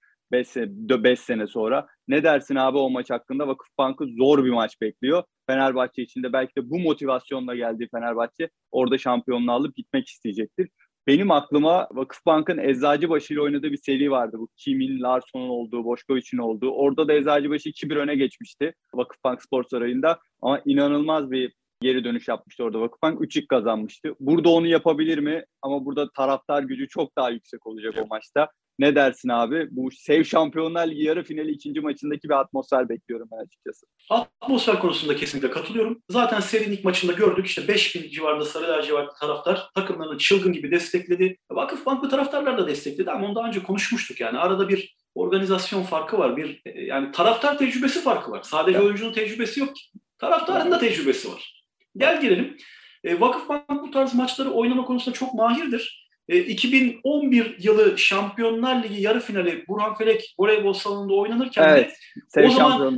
5 sene sonra. Ne dersin abi o maç hakkında? Vakıfbank'ı zor bir maç bekliyor. Fenerbahçe için de belki de bu motivasyonla geldiği Fenerbahçe orada şampiyonluğu alıp gitmek isteyecektir. Benim aklıma Vakıfbank'ın Eczacıbaşı ile oynadığı bir seri vardı. Bu Kim'in, Larsson'un olduğu, Boşkoviç'in olduğu. Orada da Eczacıbaşı 2-1 öne geçmişti Vakıfbank Spor Sarayı'nda. Ama inanılmaz bir geri dönüş yapmıştı orada Vakıfbank. 3-2 kazanmıştı. Burada onu yapabilir mi? Ama burada taraftar gücü çok daha yüksek olacak o maçta. Ne dersin abi? Bu Sev Şampiyonlar Ligi yarı finali ikinci maçındaki bir atmosfer bekliyorum ben açıkçası. Atmosfer konusunda kesinlikle katılıyorum. Zaten serinin ilk maçında gördük. İşte 5.000 civarında Sarı Lacivertli taraftar takımlarını çılgın gibi destekledi. Vakıfbanklı taraftarlar da destekledi ama onu daha önce konuşmuştuk. Yani arada bir organizasyon farkı var. Yani taraftar tecrübesi farkı var. Sadece oyuncunun tecrübesi yok ki. Taraftarın da tecrübesi var. Gel gelelim. Vakıfbank bu tarz maçları oynama konusunda çok mahirdir. 2011 yılı Şampiyonlar Ligi yarı finali Burhan Felek voleybol salonunda oynanırken de o zaman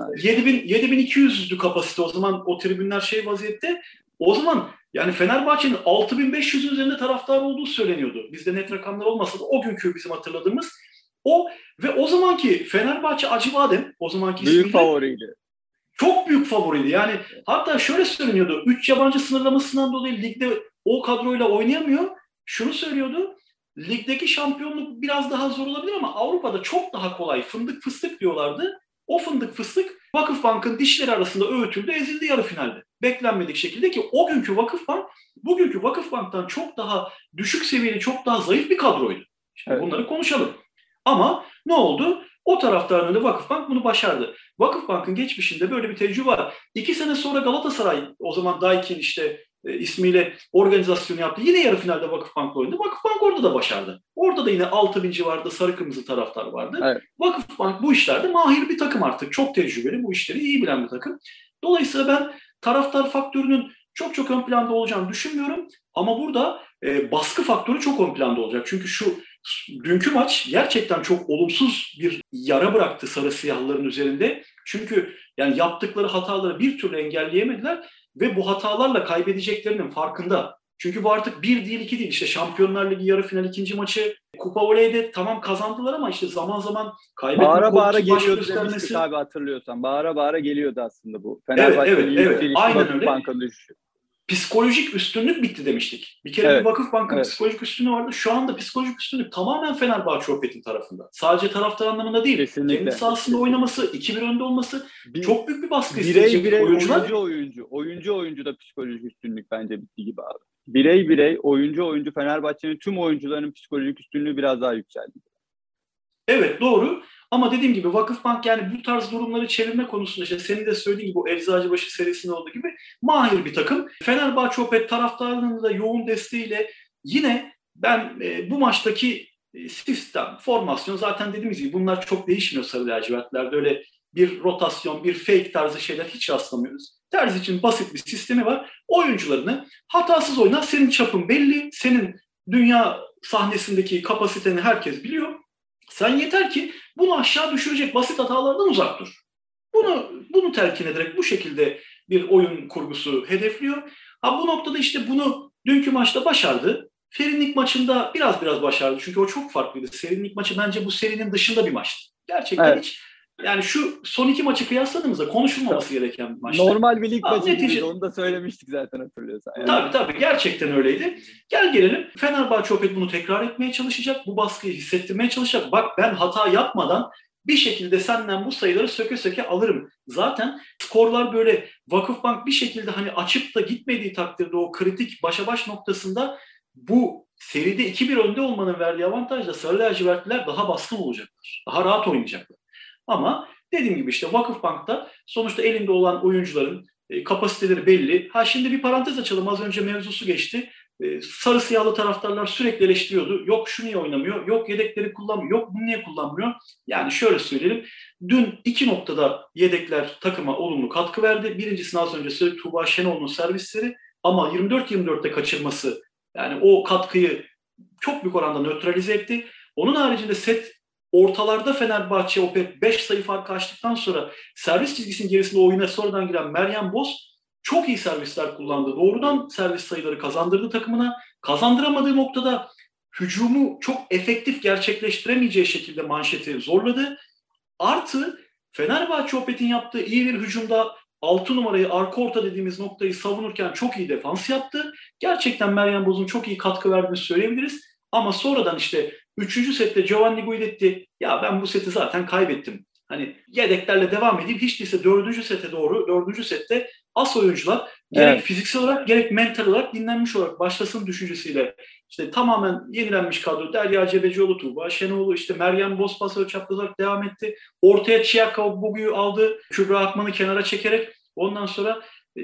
7200'lü kapasite, o zaman o tribünler vaziyette. O zaman yani Fenerbahçe'nin 6500'ün üzerinde taraftar olduğu söyleniyordu. Bizde net rakamlar olmasa da o günkü bizim hatırladığımız o ve o zamanki Fenerbahçe Acıbadem, o zamanki büyük favoriydi. Çok büyük favoriydi. Yani hatta şöyle söyleniyordu. 3 yabancı sınırlamasından dolayı ligde o kadroyla oynayamıyor. Şunu söylüyordu. Ligdeki şampiyonluk biraz daha zor olabilir ama Avrupa'da çok daha kolay. Fındık fıstık diyorlardı. O fındık fıstık Vakıfbank'ın dişleri arasında öğütüldü, ezildi yarı finalde. Beklenmedik şekilde ki o günkü Vakıfbank bugünkü Vakıfbank'tan çok daha düşük seviyeli, çok daha zayıf bir kadroydu. Şimdi evet, bunları konuşalım. Ama ne oldu? O taraftarın önünde Vakıfbank bunu başardı. Vakıfbank'ın geçmişinde böyle bir tecrübe var. 2 sene sonra Galatasaray, o zaman Daikin işte ismiyle organizasyonu yaptı. Yine yarı finalde Vakıfbank'la oynadı. Vakıfbank orada da başardı. Orada da yine 6.000 civarında sarı kırmızı taraftar vardı. Evet. Vakıfbank bu işlerde mahir bir takım artık. Çok tecrübeli, bu işleri iyi bilen bir takım. Dolayısıyla ben taraftar faktörünün çok çok ön planda olacağını düşünmüyorum. Ama burada baskı faktörü çok ön planda olacak. Çünkü şu dünkü maç gerçekten çok olumsuz bir yara bıraktı sarı siyahların üzerinde. Çünkü yani yaptıkları hataları bir türlü engelleyemediler ve bu hatalarla kaybedeceklerinin farkında. Çünkü bu artık 1 değil 2 değil. İşte Şampiyonlar Ligi yarı final ikinci maçı Kupa Voley'de tamam kazandılar ama işte zaman zaman kaybetme bağıra bağıra geliyordu demiştik abi, hatırlıyorsan. Bağıra bağıra geliyordu aslında bu. Fenerbahçe'nin evet. Aynen öyle. Vakıfbank'ın düşüşü. Psikolojik üstünlük bitti demiştik. Bir kere bir Vakıfbank'ın psikolojik üstünlüğü vardı. Şu anda psikolojik üstünlük tamamen Fenerbahçe Opet'in tarafında. Sadece taraftar anlamında değil. Kesinlikle. Kendi sahasında oynaması, 2-1 önde olması çok büyük bir baskı isteyecek oyuncular. Oyuncu da psikolojik üstünlük bence bitti gibi abi. Birey oyuncu Fenerbahçe'nin tüm oyuncularının psikolojik üstünlüğü biraz daha yükseldi. Evet, doğru. Ama dediğim gibi Vakıfbank yani bu tarz durumları çevirme konusunda işte senin de söylediğin gibi o Eczacıbaşı serisinde olduğu gibi mahir bir takım. Fenerbahçe Opet taraftarının da yoğun desteğiyle yine ben bu maçtaki sistem, formasyon zaten dediğimiz gibi bunlar çok değişmiyor sarı lacivertlerde. Öyle bir rotasyon, bir fake tarzı şeyler hiç rastlamıyoruz. Terzi için basit bir sistemi var. Oyuncularını hatasız oynar. Senin çapın belli. Senin dünya sahnesindeki kapasiteni herkes biliyor. Sen yeter ki bunu aşağı düşürecek basit hatalardan uzak dur. Bunu telkin ederek bu şekilde bir oyun kurgusu hedefliyor. Bu noktada işte bunu dünkü maçta başardı. Serinlik maçında biraz başardı. Çünkü o çok farklıydı. Serinlik maçı bence bu serinin dışında bir maçtı. Gerçekten hiç yani şu son 2 maçı kıyasladığımızda konuşulmaması gereken bir maçtı. Normal bir lig maçı gibiydi. Onu da söylemiştik zaten, hatırlıyorsan. Yani. Tabii gerçekten öyleydi. Gelelim Fenerbahçe Opet bunu tekrar etmeye çalışacak. Bu baskıyı hissettirmeye çalışacak. Bak ben hata yapmadan bir şekilde senden bu sayıları söke söke alırım. Zaten skorlar böyle Vakıfbank bir şekilde hani açıp da gitmediği takdirde o kritik başa baş noktasında bu seride 2-1 önde olmanın verdiği avantajla sarı lacivertliler daha baskın olacaklar. Daha rahat oynayacaklar. Ama dediğim gibi işte Vakıfbank'ta sonuçta elinde olan oyuncuların kapasiteleri belli. Şimdi bir parantez açalım. Az önce mevzusu geçti. Sarı siyahlı taraftarlar sürekli eleştiriyordu. Yok şu niye oynamıyor? Yok yedekleri kullanmıyor. Yok bunu niye kullanmıyor? Yani şöyle söyleyelim. Dün 2 noktada yedekler takıma olumlu katkı verdi. Birincisini az önce söyledik. Tuğba Şenol'un servisleri. Ama 24-24'te kaçırması yani o katkıyı çok büyük oranda nötralize etti. Onun haricinde set ortalarda Fenerbahçe Opet 5 sayı farkı açtıktan sonra servis çizgisinin gerisinde oyuna sonradan giren Meryem Boz çok iyi servisler kullandı. Doğrudan servis sayıları kazandırdı takımına. Kazandıramadığı noktada hücumu çok efektif gerçekleştiremeyeceği şekilde manşeti zorladı. Artı Fenerbahçe Opet'in yaptığı iyi bir hücumda 6 numarayı arka orta dediğimiz noktayı savunurken çok iyi defans yaptı. Gerçekten Meryem Boz'un çok iyi katkı verdiğini söyleyebiliriz. Ama sonradan işte 3. sette Giovanni Guidetti ya ben bu seti zaten kaybettim. Hani yedeklerle devam edeyim. Hiç değilse 4. sete doğru 4. sette as oyuncular gerek fiziksel olarak gerek mental olarak dinlenmiş olarak başlasın düşüncesiyle işte tamamen yenilenmiş kadro. Derya Cebecioğlu, Tuğba Şenoğlu, işte Meryem Bozpas ölçaplı olarak devam etti. Ortaya Çiyaka Bogu'yu aldı. Kübra Akman'ı kenara çekerek ondan sonra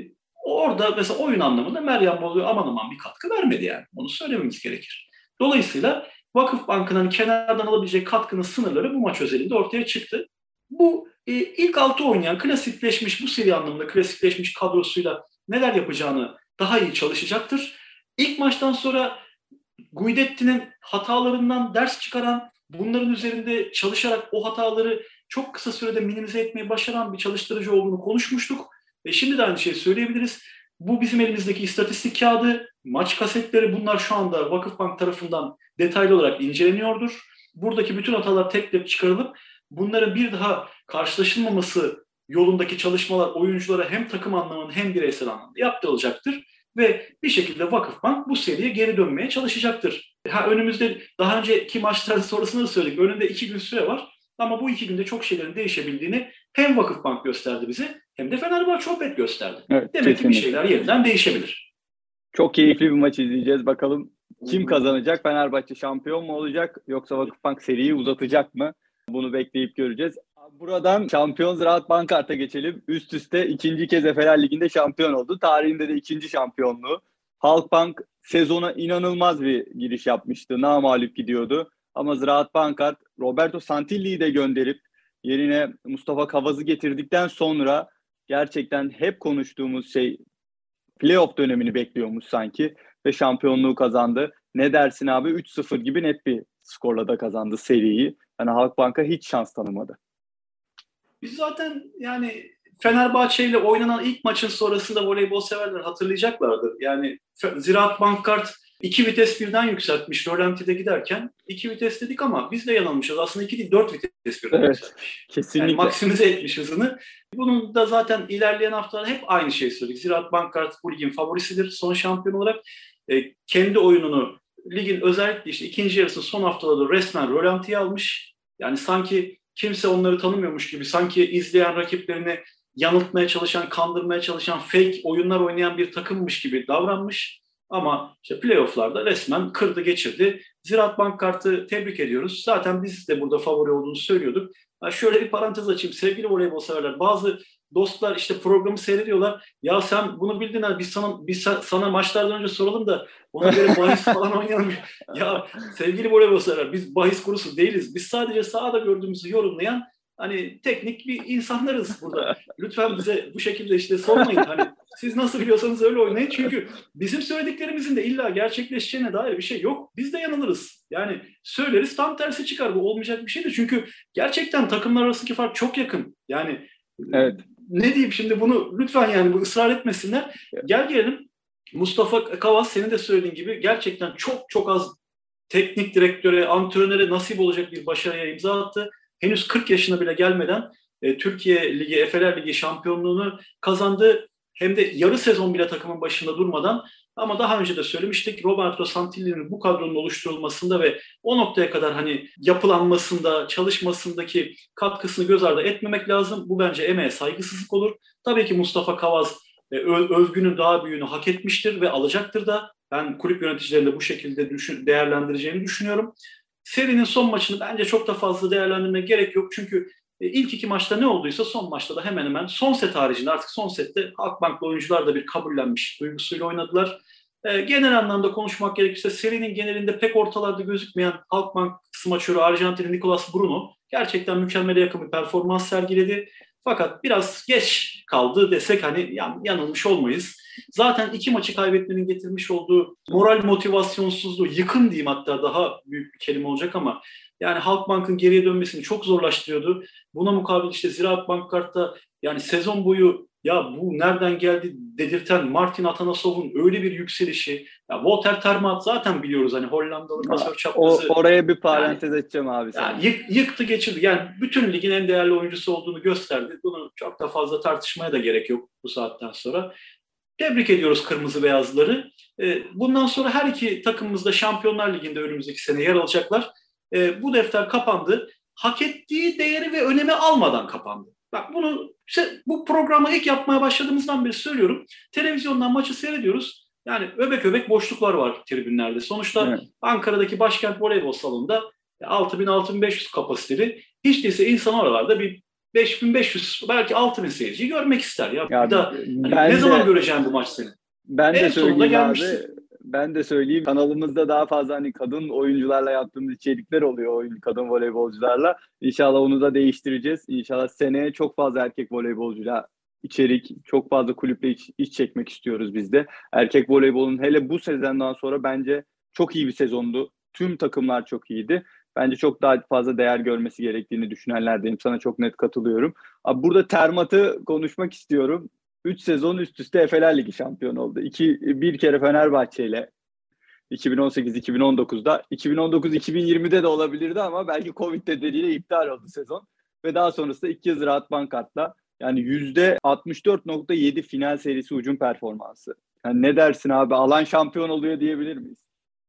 orada mesela oyun anlamında Meryem Boz'u aman bir katkı vermedi yani. Onu söylememiz gerekir. Dolayısıyla Vakıfbank'ın kenardan alabilecek katkının sınırları bu maç özelinde ortaya çıktı. Bu ilk 6 oynayan klasikleşmiş bu seri anlamında klasikleşmiş kadrosuyla neler yapacağını daha iyi çalışacaktır. İlk maçtan sonra Guidetti'nin hatalarından ders çıkaran, bunların üzerinde çalışarak o hataları çok kısa sürede minimize etmeyi başaran bir çalıştırıcı olduğunu konuşmuştuk. Şimdi de aynı şeyi söyleyebiliriz. Bu bizim elimizdeki istatistik kağıdı, maç kasetleri bunlar şu anda Vakıfbank tarafından detaylı olarak inceleniyordur. Buradaki bütün hatalar tek tek çıkarılıp bunların bir daha karşılaşılmaması yolundaki çalışmalar oyunculara hem takım anlamında hem bireysel anlamda yaptırılacaktır. Ve bir şekilde Vakıfbank bu seriye geri dönmeye çalışacaktır. Önümüzde daha önceki maçların sonrasında da söyledik. Önünde 2 gün süre var. Ama bu 2 günde çok şeylerin değişebildiğini hem Vakıfbank gösterdi bize hem de Fenerbahçe Opet gösterdi. Evet, demek ki bir şeyler yeniden değişebilir. Çok keyifli bir maç izleyeceğiz. Bakalım kim kazanacak? Fenerbahçe şampiyon mu olacak? Yoksa Vakıfbank seriyi uzatacak mı? Bunu bekleyip göreceğiz. Buradan şampiyon Ziraat Bankart'a geçelim. Üst üste ikinci kez Efeler Ligi'nde şampiyon oldu. Tarihinde de ikinci şampiyonluğu. Halkbank sezona inanılmaz bir giriş yapmıştı. Namağlup gidiyordu. Ama Ziraat Bankart Roberto Santilli'yi de gönderip yerine Mustafa Kavaz'ı getirdikten sonra gerçekten hep konuştuğumuz şey playoff dönemini bekliyormuş sanki ve şampiyonluğu kazandı. Ne dersin abi? 3-0 gibi net bir skorla da kazandı seriyi. Yani Halkbank'a hiç şans tanımadı. Biz zaten yani Fenerbahçe ile oynanan ilk maçın sonrasında voleybol severler hatırlayacaklardır. Yani Ziraat Bankart 2 vites birden yükseltmiş Rolanti'de giderken. 2 vites dedik ama biz de yanılmışız. Aslında 2 değil 4 vites birden yükseltmiş. Kesinlikle. Yani maksimize etmiş hızını. Bunun da zaten ilerleyen haftalarda hep aynı şeyi söyledik. Ziraat Bankart bu ligin favorisidir. Son şampiyon olarak kendi oyununu ligin özellikle işte ikinci yarısının son haftalarda resmen Rolanti'ye almış. Yani sanki kimse onları tanımıyormuş gibi, sanki izleyen rakiplerini yanıltmaya çalışan, kandırmaya çalışan, fake oyunlar oynayan bir takımmış gibi davranmış. Ama işte playoff'larda resmen kırdı geçirdi. Ziraat Bankart'ı tebrik ediyoruz. Zaten biz de burada favori olduğunu söylüyorduk. Şöyle bir parantez açayım. Sevgili voleybol severler, bazı dostlar işte programı seyrediyorlar. Ya sen bunu bildin ha, biz sana maçlardan önce soralım da ona göre bahis falan oynayalım. Ya sevgili voleybol severler, biz bahis kurusu değiliz. Biz sadece sahada gördüğümüzü yorumlayan hani teknik bir insanlarız burada. Lütfen bize bu şekilde işte sormayın. Hani siz nasıl biliyorsanız öyle oynayın. Çünkü bizim söylediklerimizin de illa gerçekleşeceğine dair bir şey yok. Biz de yanılırız. Yani söyleriz tam tersi çıkar. Bu olmayacak bir şeydir. Çünkü gerçekten takımlar arasındaki fark çok yakın. Yani evet. Ne diyeyim şimdi, bunu lütfen yani bu ısrar etmesinler. Gel gelelim. Mustafa Kavas senin de söylediğin gibi gerçekten çok çok az teknik direktöre, antrenöre nasip olacak bir başarıya imza attı. Henüz 40 yaşına bile gelmeden Türkiye Ligi, Efeler Ligi şampiyonluğunu kazandı. Hem de yarı sezon bile takımın başında durmadan. Ama daha önce de söylemiştik, Roberto Santilli'nin bu kadronun oluşturulmasında ve o noktaya kadar hani yapılanmasında, çalışmasındaki katkısını göz ardı etmemek lazım. Bu bence emeğe saygısızlık olur. Tabii ki Mustafa Kavaz övgünün daha büyüğünü hak etmiştir ve alacaktır da. Ben kulüp yöneticilerinin de bu şekilde değerlendireceğini düşünüyorum. Serinin son maçını bence çok da fazla değerlendirmeye gerek yok. Çünkü ilk 2 maçta ne olduysa son maçta da hemen hemen son set haricinde artık son sette Halkbank'lı oyuncular da bir kabullenmiş duygusuyla oynadılar. Genel anlamda konuşmak gerekirse serinin genelinde pek ortalarda gözükmeyen Halkbank smaçörü Arjantinli Nicolas Bruno gerçekten mükemmele yakın bir performans sergiledi. Fakat biraz geç kaldı desek hani yanılmış olmayız. Zaten 2 maçı kaybetmenin getirmiş olduğu moral motivasyonsuzluğu, yıkım diyeyim, hatta daha büyük bir kelime olacak ama yani Halkbank'ın geriye dönmesini çok zorlaştırıyordu. Buna mukabil işte Ziraat Bankart'ta yani sezon boyu ya bu nereden geldi dedirten Martin Atanasov'un öyle bir yükselişi. Ya Walter Termaat zaten biliyoruz hani Hollandalı pasör çaprazı. Oraya bir parantez edeceğim abi. Yani yıktı geçirdi. Yani bütün ligin en değerli oyuncusu olduğunu gösterdi. Bunu çok da fazla tartışmaya da gerek yok bu saatten sonra. Tebrik ediyoruz kırmızı beyazları. Bundan sonra her iki takımımız da Şampiyonlar Ligi'nde önümüzdeki sene yer alacaklar. Bu defter kapandı. Hak ettiği değeri ve önemi almadan kapandı. Bak bunu bu programı ilk yapmaya başladığımızdan beri söylüyorum. Televizyondan maçı seyrediyoruz. Yani öbek öbek boşluklar var tribünlerde. Sonuçta evet. Ankara'daki Başkent Voleybol Salonu'nda 6.000-6.500 kapasiteli. Hiç değilse insan oralarda bir 5.500 belki 6.000 seyirciyi görmek ister. Ya bir daha hani ne zaman göreceğim bu maç seni? Ben de söyleyeyim abi. Ben de söyleyeyim. Kanalımızda daha fazla hani kadın oyuncularla yaptığımız içerikler oluyor, kadın voleybolcularla. İnşallah onu da değiştireceğiz. İnşallah seneye çok fazla erkek voleybolcuyla içerik, çok fazla kulüple iç çekmek istiyoruz biz de. Erkek voleybolun hele bu sezondan sonra bence çok iyi bir sezondu. Tüm takımlar çok iyiydi. Bence çok daha fazla değer görmesi gerektiğini düşünenlerdeyim. Sana çok net katılıyorum. Abi burada Termat'ı konuşmak istiyorum. 3 sezon üst üste Efeler Ligi şampiyonu oldu. Bir kere Fenerbahçe ile 2018-2019'da. 2019-2020'de de olabilirdi ama belki Covid nedeniyle iptal oldu sezon. Ve daha sonrasında 2 kez Ziraat Bankart'la Yani %64.7 final serisi hücum performansı. Yani ne dersin abi? Alan şampiyon oluyor diyebilir miyiz?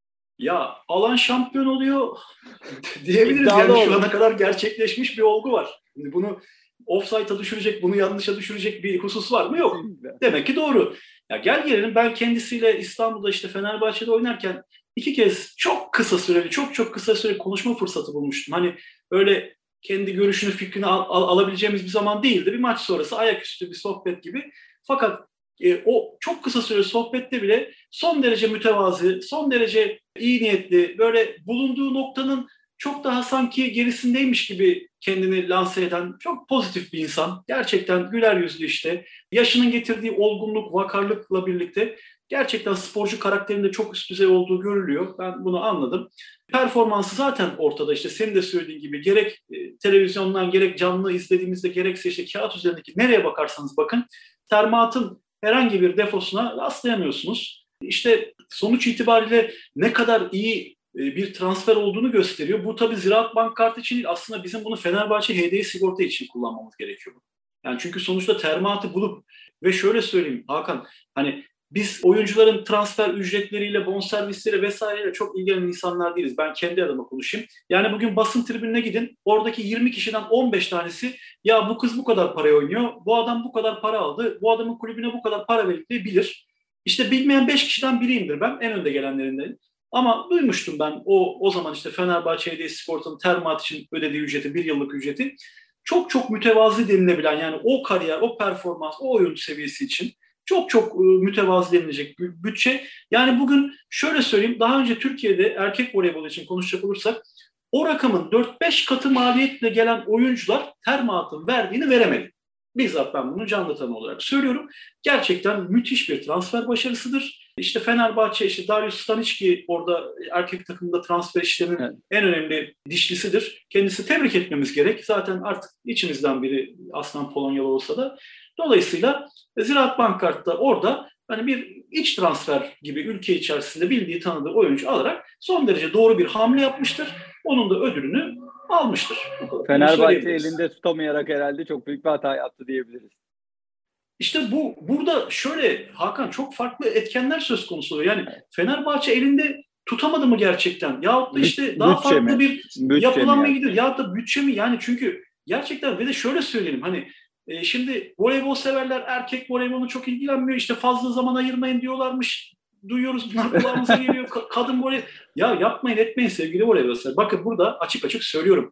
Ya alan şampiyon oluyor diyebiliriz. İddialı Yani şu olur. ana kadar gerçekleşmiş bir olgu var. Şimdi bunu offside'a düşürecek, bunu yanlışa düşürecek bir husus var mı? Yok. Kesinlikle. Demek ki doğru. Ya gel gelelim, ben kendisiyle İstanbul'da işte Fenerbahçe'de oynarken 2 kez çok kısa süreli, çok kısa süreli konuşma fırsatı bulmuştum. Hani öyle kendi görüşünü, fikrini alabileceğimiz bir zaman değildi. Bir maç sonrası ayaküstü bir sohbet gibi. Fakat o çok kısa süreli sohbette bile son derece mütevazi, son derece iyi niyetli, böyle bulunduğu noktanın çok daha sanki gerisindeymiş gibi kendini lanse eden çok pozitif bir insan. Gerçekten güler yüzlü işte. Yaşının getirdiği olgunluk, vakarlıkla birlikte gerçekten sporcu karakterinde çok üst düzey olduğu görülüyor. Ben bunu anladım. Performansı zaten ortada, işte senin de söylediğin gibi, gerek televizyondan gerek canlı izlediğimizde gerekse işte kağıt üzerindeki nereye bakarsanız bakın, Termat'ın herhangi bir defosuna rastlayamıyorsunuz. İşte sonuç itibariyle ne kadar iyi bir transfer olduğunu gösteriyor. Bu tabii Ziraat Bank kartı için değil, aslında bizim bunu Fenerbahçe HDI sigorta için kullanmamız gerekiyor. Yani çünkü sonuçta Termat'ı bulup ve şöyle söyleyeyim Hakan, hani biz oyuncuların transfer ücretleriyle, bonservisleriyle vesaireyle çok ilgilenen insanlar değiliz. Ben kendi adıma konuşayım. Yani bugün basın tribününe gidin. Oradaki 20 kişiden 15 tanesi ya bu kız bu kadar paraya oynuyor, bu adam bu kadar para aldı, bu adamın kulübüne bu kadar para verildi bilir. İşte bilmeyen 5 kişiden biriyimdir ben, en önde gelenlerinden. Ama duymuştum ben o zaman işte Fenerbahçe HDI Sigorta'nın Termat için ödediği ücreti, bir yıllık ücreti. Çok mütevazi denilebilen, yani o kariyer, o performans, o oyuncu seviyesi için çok mütevazi denilecek bir bütçe. Yani bugün şöyle söyleyeyim, daha önce Türkiye'de erkek voleybolu için konuşacak olursak o rakamın 4-5 katı maliyetle gelen oyuncular Termat'ın verdiğini veremedi. Bizzat ben bunu canlı tanı olarak söylüyorum. Gerçekten müthiş bir transfer başarısıdır. İşte Fenerbahçe, işte Darius Stanicki orada erkek takımında transfer işlerinin en önemli dişlisidir. Kendisi tebrik etmemiz gerek. Zaten artık içimizden biri, aslan Polonyalı olsa da. Dolayısıyla Ziraat Bankart'ta orada hani bir iç transfer gibi ülke içerisinde bildiği, tanıdığı oyuncu alarak son derece doğru bir hamle yapmıştır. Onun da ödülünü almıştır. Fenerbahçe elinde tutamayarak herhalde çok büyük bir hata yaptı diyebiliriz. İşte burada şöyle Hakan, çok farklı etkenler söz konusu oluyor. Yani Fenerbahçe elinde tutamadı mı gerçekten? Yahut da işte daha farklı bir yapılanmaya gidiyor. Yahut da bütçe mi? Yani çünkü gerçekten, ve de şöyle söyleyelim, hani şimdi voleybol severler erkek voleyboluna çok ilgilenmiyor. İşte fazla zaman ayırmayın diyorlarmış. Duyuyoruz, bunlar kulağımıza geliyor. Kadın voleybol. Ya yapmayın etmeyin sevgili voleybol severler. Bakın burada açık söylüyorum.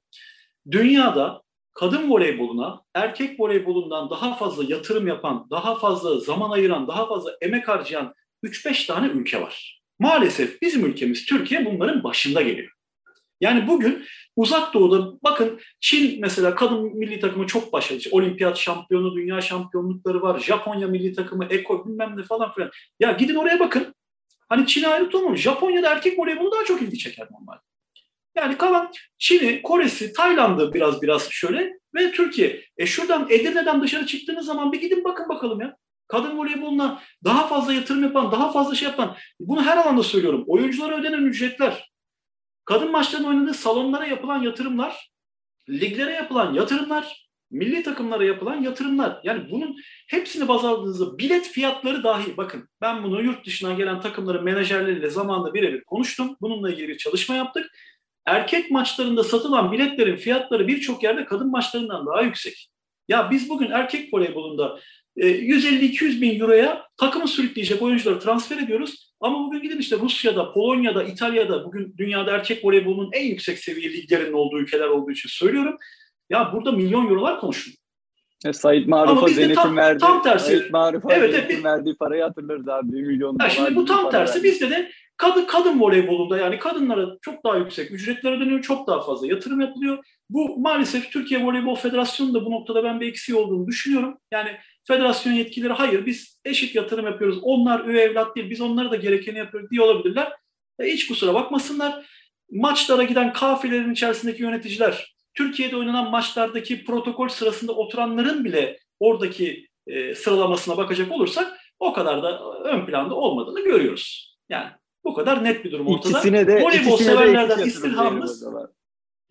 Dünyada kadın voleyboluna erkek voleybolundan daha fazla yatırım yapan, daha fazla zaman ayıran, daha fazla emek harcayan 3-5 tane ülke var. Maalesef bizim ülkemiz Türkiye bunların başında geliyor. Yani bugün Uzak Doğu'da bakın, Çin mesela kadın milli takımı çok başarılı. Olimpiyat şampiyonu, dünya şampiyonlukları var. Japonya milli takımı, ekol bilmem ne falan filan. Ya gidin oraya bakın. Hani Çin'e ayrı tutulmamış. Japonya'da erkek voleybolu daha çok ilgi çeker normalde. Yani kalan Çin'i, Kore'si, Tayland'ı biraz şöyle ve Türkiye. Şuradan Edirne'den dışarı çıktığınız zaman bir gidin bakın bakalım ya. Kadın voleyboluna daha fazla yatırım yapan, daha fazla şey yapan, bunu her alanda söylüyorum. Oyunculara ödenen ücretler, kadın maçlarının oynadığı salonlara yapılan yatırımlar, liglere yapılan yatırımlar, milli takımlara yapılan yatırımlar. Yani bunun hepsini baz aldığınızda bilet fiyatları dahi, bakın ben bunu yurt dışından gelen takımların menajerleriyle zamanında birebir konuştum. Bununla ilgili bir çalışma yaptık. Erkek maçlarında satılan biletlerin fiyatları birçok yerde kadın maçlarından daha yüksek. Ya biz bugün erkek voleybolunda 150-200 bin euroya takımı sürükleyecek oyuncuları transfer ediyoruz. Ama bugün gidin işte Rusya'da, Polonya'da, İtalya'da, bugün dünyada erkek voleybolunun en yüksek seviye liglerinin olduğu ülkeler olduğu için söylüyorum. Ya burada milyon eurolar konuşuluyor. Sait Maruf'a Zenit'in verdiği, tam tersi. Sait Maruf'a Zenit'in verdiği parayı hatırlarız abi. 1 milyon dolar. Şimdi bu tam tersi. Bizde de kadın voleybolunda, yani kadınlara çok daha yüksek ücretler ödeniyor, çok daha fazla yatırım yapılıyor. Bu maalesef Türkiye Voleybol Federasyonu da bu noktada ben bir eksiği olduğunu düşünüyorum. Yani federasyon yetkilileri hayır biz eşit yatırım yapıyoruz, onlar üye evlat değil, biz onlara da gerekeni yapıyoruz diye olabilirler. Hiç kusura bakmasınlar. Maçlara giden kafilelerin içerisindeki yöneticiler, Türkiye'de oynanan maçlardaki protokol sırasında oturanların bile oradaki sıralamasına bakacak olursak o kadar da ön planda olmadığını görüyoruz. Yani bu kadar net bir durum ortada. İkisine de voleybol severlerden istirhamımız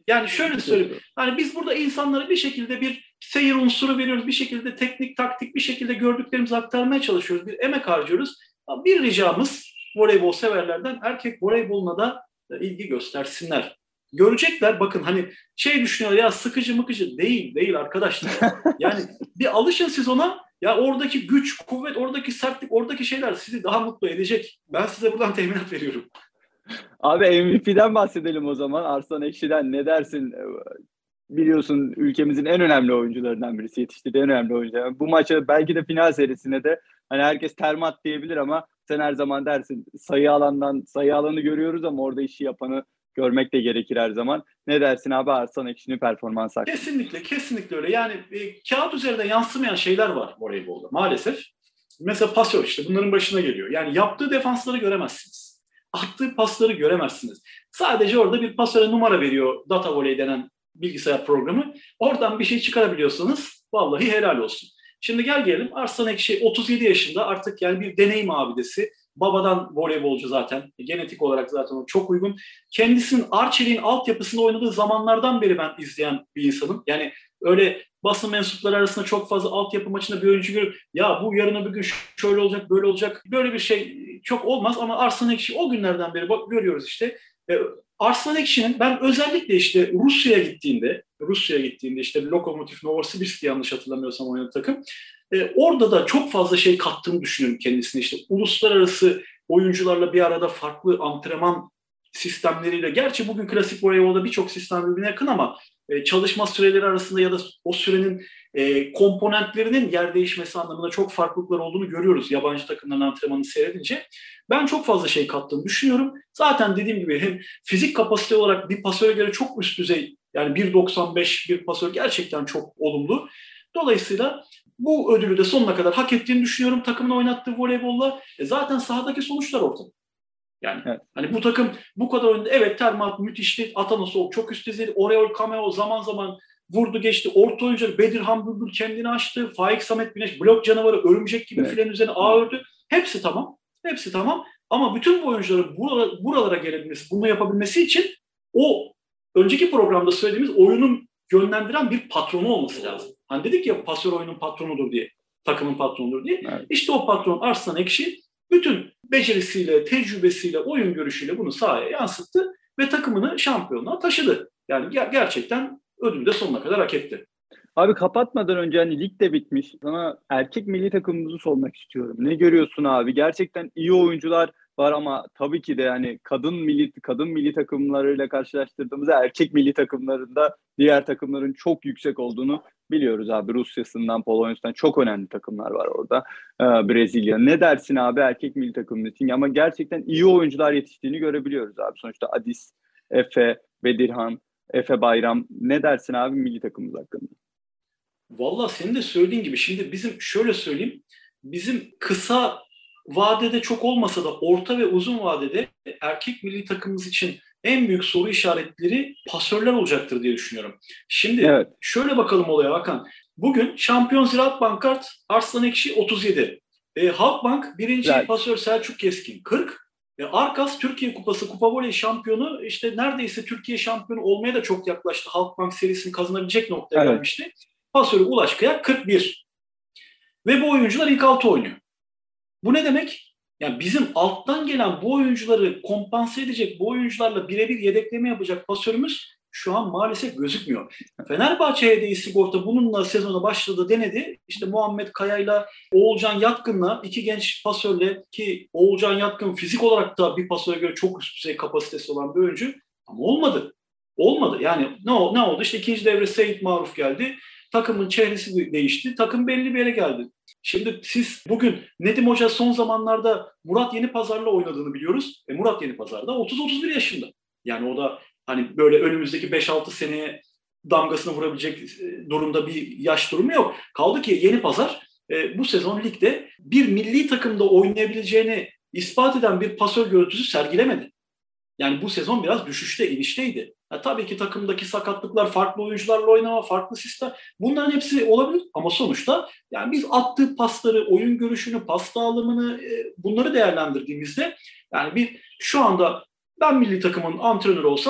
Yani şöyle söyleyeyim. Hani biz burada insanlara bir şekilde bir seyir unsuru veriyoruz. Bir şekilde teknik, taktik bir şekilde gördüklerimizi aktarmaya çalışıyoruz. Bir emek harcıyoruz. Bir ricamız voleybol severlerden erkek voleyboluna da ilgi göstersinler. Görecekler, bakın hani düşünüyor ya, sıkıcı mıkıcı değil arkadaşlar. Yani bir alışın siz ona, ya oradaki güç, kuvvet, oradaki sertlik, oradaki şeyler sizi daha mutlu edecek. Ben size buradan teminat veriyorum. Abi MVP'den bahsedelim o zaman. Arslan Ekşi'den ne dersin? Biliyorsun ülkemizin en önemli oyuncularından birisi, yetiştirdiği en önemli oyuncu. Bu maça belki de final serisine de hani herkes termat diyebilir ama sen her zaman dersin sayı alanı görüyoruz ama orada işi yapanı görmek de gerekir her zaman. Ne dersin abi Arslan Ekşi'nin performansı hakkında? Kesinlikle öyle. Yani kağıt üzerinde yansımayan şeyler var voleybolda maalesef. Mesela pasör işte bunların başına geliyor. Yani yaptığı defansları göremezsiniz. Attığı pasları göremezsiniz. Sadece orada bir pasöre numara veriyor Data Volley denen bilgisayar programı. Oradan bir şey çıkarabiliyorsanız vallahi helal olsun. Şimdi gelelim Arslan Ekşi 37 yaşında, artık yani bir deneyim abidesi. Babadan voleybolcu zaten. Genetik olarak zaten o çok uygun. Kendisinin Arçelik'in altyapısında oynadığı zamanlardan beri ben izleyen bir insanım. Yani öyle basın mensupları arasında çok fazla altyapı maçında bir oyuncu görüp ya bu yarın bir gün şöyle olacak, böyle olacak. Böyle bir şey çok olmaz ama Arslan Ekşi o günlerden beri görüyoruz işte. Arslan Ekşi'nin ben özellikle işte Rusya'ya gittiğinde işte Lokomotiv Novosibirsk yanlış hatırlamıyorsam oynadığı takım. Orada da çok fazla şey kattığını düşünüyorum kendisine. İşte uluslararası oyuncularla bir arada farklı antrenman sistemleriyle. Gerçi bugün klasik voleybolda birçok sistem birbirine yakın ama çalışma süreleri arasında ya da o sürenin komponentlerinin yer değişmesi anlamında çok farklılıklar olduğunu görüyoruz yabancı takımların antrenmanını seyredince. Ben çok fazla şey kattığını düşünüyorum. Zaten dediğim gibi hem fizik kapasite olarak bir pasöre göre çok üst düzey, yani 1.95 bir pasör gerçekten çok olumlu. Dolayısıyla bu ödülü de sonuna kadar hak ettiğini düşünüyorum takımın oynattığı voleybolla. Zaten sahadaki sonuçlar ortada. Yani evet. Hani bu takım bu kadar oynadı. Evet, Termat müthişti. Atanosov çok üst düzeydi. Oreol Cameo zaman zaman vurdu geçti. Orta oyuncu Bedirhan Bülbül kendini açtı. Faik Samet Güneş blok canavarı örümcek gibi filenin üzerine ağ ördü. Hepsi tamam. Ama bütün bu oyuncuların buralara gelebilmesi, bunu yapabilmesi için o önceki programda söylediğimiz oyunun yönlendiren bir patronu olması lazım. Hani dedik ya pasör oyunun patronudur diye, takımın patronudur diye. Evet. İşte o patron Arslan Ekşi bütün becerisiyle, tecrübesiyle, oyun görüşüyle bunu sahaya yansıttı ve takımını şampiyonluğa taşıdı. Yani gerçekten ödülü de sonuna kadar hak etti. Abi kapatmadan önce hani lig de bitmiş. Sana erkek milli takımımızı sormak istiyorum. Ne görüyorsun abi? Gerçekten iyi oyuncular var ama tabii ki de yani kadın milli takımlarıyla karşılaştırdığımızda erkek milli takımlarında diğer takımların çok yüksek olduğunu biliyoruz abi. Rusya'sından, Polonya'sından çok önemli takımlar var orada. Brezilya. Ne dersin abi erkek milli takımı için? Ama gerçekten iyi oyuncular yetiştiğini görebiliyoruz abi. Sonuçta Adis, Efe, Bedirhan, Efe Bayram. Ne dersin abi milli takımımız hakkında? Vallahi senin de söylediğin gibi şimdi bizim kısa vadede çok olmasa da orta ve uzun vadede erkek milli takımımız için en büyük soru işaretleri pasörler olacaktır diye düşünüyorum. Şimdi Şöyle bakalım olaya Hakan. Bugün şampiyon Ziraat Bankart Arslan Ekşi 37. Halkbank birinci pasör Selçuk Keskin 40. Arkas Türkiye Kupası Kupa Voley şampiyonu, işte neredeyse Türkiye şampiyonu olmaya da çok yaklaştı. Halkbank serisini kazanabilecek noktaya gelmişti. Pasörü Ulaş Kıyak 41. Ve bu oyuncular ilk 6 oynuyor. Bu ne demek? Yani bizim alttan gelen bu oyuncuları kompanse edecek, bu oyuncularla birebir yedekleme yapacak pasörümüz şu an maalesef gözükmüyor. Fenerbahçe Hediye Sigorta bununla sezona başladı, denedi. İşte Muhammed Kaya'yla Oğulcan Yatkın'la, iki genç pasörle, ki Oğulcan Yatkın fizik olarak da bir pasöre göre çok üst düzey kapasitesi olan bir oyuncu. Ama olmadı. Yani ne oldu? İşte ikinci devre Seyit Maruf geldi. Takımın çehresi değişti. Takım belli bir yere geldi. Şimdi siz bugün Nedim Hoca son zamanlarda Murat Yenipazar'la oynadığını biliyoruz. Murat Yenipazar da 30-31 yaşında. Yani o da hani böyle önümüzdeki 5-6 seneye damgasını vurabilecek durumda bir yaş durumu yok. Kaldı ki Yenipazar bu sezon ligde bir milli takımda oynayabileceğini ispat eden bir pasör görüntüsü sergilemedi. Yani bu sezon biraz düşüşte, inişteydi. Tabii ki takımdaki sakatlıklar, farklı oyuncularla oynama, farklı sistem, bunların hepsi olabilir. Ama sonuçta yani biz attığı pasları, oyun görüşünü, pas dağılımını, bunları değerlendirdiğimizde yani şu anda ben milli takımın antrenörü olsam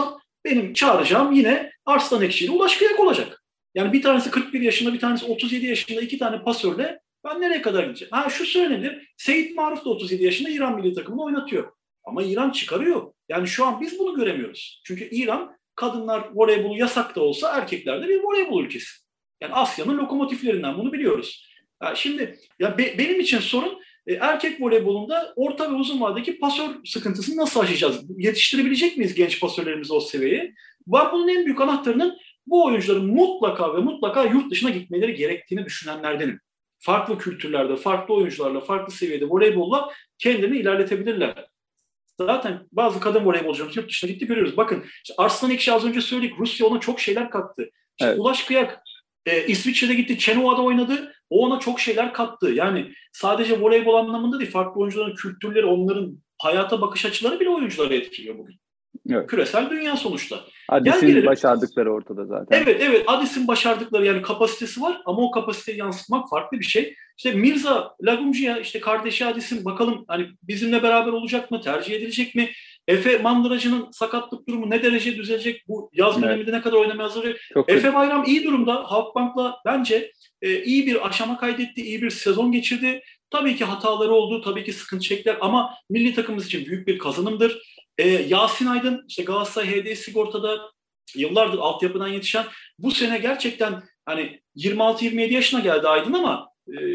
benim çağıracağım yine Arslan Ekşi ile Ulaş Kıyak olacak. Yani bir tanesi 41 yaşında, bir tanesi 37 yaşında, iki tane pasörle ben nereye kadar gideceğim? Ha şu söylenir, Seyit Maruf da 37 yaşında İran milli takımını oynatıyor. Ama İran çıkarıyor. Yani şu an biz bunu göremiyoruz. Çünkü İran kadınlar voleybolu yasak da olsa erkeklerde bir voleybol ülkesi. Yani Asya'nın lokomotiflerinden bunu biliyoruz. Yani şimdi benim için sorun erkek voleybolunda orta ve uzun vadedeki pasör sıkıntısını nasıl aşacağız? Yetiştirebilecek miyiz genç pasörlerimizi o seviyeye? Bunun en büyük anahtarının bu oyuncuların mutlaka ve mutlaka yurt dışına gitmeleri gerektiğini düşünenlerdenim. Farklı kültürlerde, farklı oyuncularla, farklı seviyede voleybolla kendilerini ilerletebilirler. Zaten bazı kadın voleybolcularımız yurt dışına gitti görüyoruz. Bakın işte Arslan Ekşi az önce söyledik. Rusya ona çok şeyler kattı. İşte evet. Ulaş Kıyak İsviçre'de gitti. Çenova'da oynadı. O ona çok şeyler kattı. Yani sadece voleybol anlamında değil. Farklı oyuncuların kültürleri, onların hayata bakış açıları bile oyuncuları etkiliyor bugün. Evet. Küresel dünya sonuçta. Adis'in başardıkları ortada zaten. Evet. Adis'in başardıkları yani kapasitesi var ama o kapasiteyi yansıtmak farklı bir şey. İşte Mirza Lagumcu'ya işte kardeşi Adis'in bakalım hani bizimle beraber olacak mı? Tercih edilecek mi? Efe Mandıracı'nın sakatlık durumu ne derece düzelecek? Bu yaz döneminde ne kadar oynamaya hazır? Efe Bayram iyi durumda. Halkbank'la bence iyi bir aşama kaydetti. İyi bir sezon geçirdi. Tabii ki hataları oldu. Tabii ki sıkıntı çektiler ama milli takımımız için büyük bir kazanımdır. Yasin Aydın işte Galatasaray HD Sigorta'da yıllardır altyapıdan yetişen bu sene gerçekten hani 26-27 yaşına geldi Aydın ama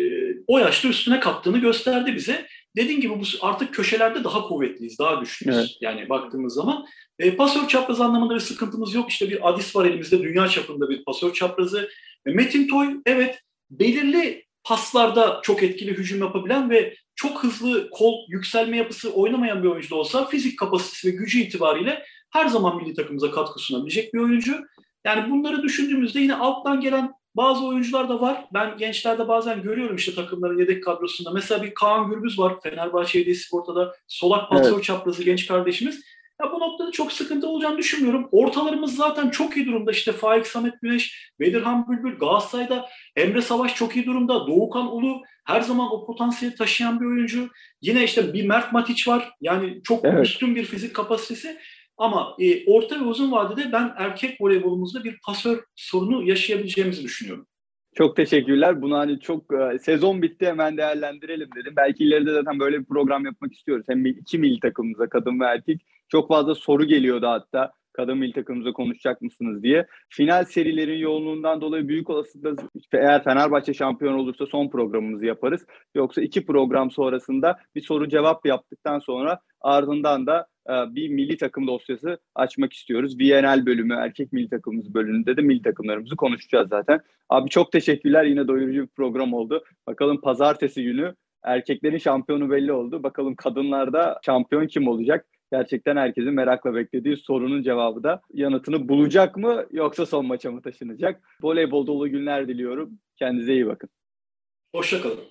o yaşta üstüne kattığını gösterdi bize. Dediğim gibi bu artık köşelerde daha kuvvetliyiz, daha güçlüyüz. Evet. Yani baktığımız zaman pasör çaprazı anlamında bir sıkıntımız yok. İşte bir Adis var elimizde, dünya çapında bir pasör çaprazı. Metin Toy evet belirli paslarda çok etkili hücum yapabilen ve çok hızlı kol yükselme yapısı oynamayan bir oyuncu da olsa fizik kapasitesi ve gücü itibariyle her zaman milli takımımıza katkı sunabilecek bir oyuncu. Yani bunları düşündüğümüzde yine alttan gelen bazı oyuncular da var. Ben gençlerde bazen görüyorum işte takımların yedek kadrosunda. Mesela bir Kaan Gürbüz var. Fenerbahçe HD Spor'da solak pasör çaprazı genç kardeşimiz. Ya bu noktada çok sıkıntı olacağını düşünmüyorum. Ortalarımız zaten çok iyi durumda. İşte Faik Samet Güneş, Bedirhan Bülbül, Galatasaray'da Emre Savaş çok iyi durumda. Doğukan Ulu her zaman o potansiyeli taşıyan bir oyuncu. Yine işte bir Mert Matić var. Yani çok üstün bir fizik kapasitesi. Ama orta ve uzun vadede ben erkek voleybolumuzda bir pasör sorunu yaşayabileceğimizi düşünüyorum. Çok teşekkürler. Bunu hani çok sezon bitti hemen değerlendirelim dedim. Belki ileride zaten böyle bir program yapmak istiyoruz. Hem iki milli takımımıza kadın ve erkek. Çok fazla soru geliyordu hatta. Kadın milli takımımıza konuşacak mısınız diye. Final serilerin yoğunluğundan dolayı büyük olasılıkla eğer Fenerbahçe şampiyon olursa son programımızı yaparız. Yoksa 2 program sonrasında bir soru cevap yaptıktan sonra ardından da bir milli takım dosyası açmak istiyoruz. VNL bölümü, erkek milli takımımız bölümünde de milli takımlarımızı konuşacağız zaten. Abi çok teşekkürler. Yine doyurucu bir program oldu. Bakalım pazartesi günü erkeklerin şampiyonu belli oldu. Bakalım kadınlarda şampiyon kim olacak? Gerçekten herkesin merakla beklediği sorunun cevabı da yanıtını bulacak mı yoksa son maça mı taşınacak? Voleybol dolu günler diliyorum. Kendinize iyi bakın. Hoşça kalın.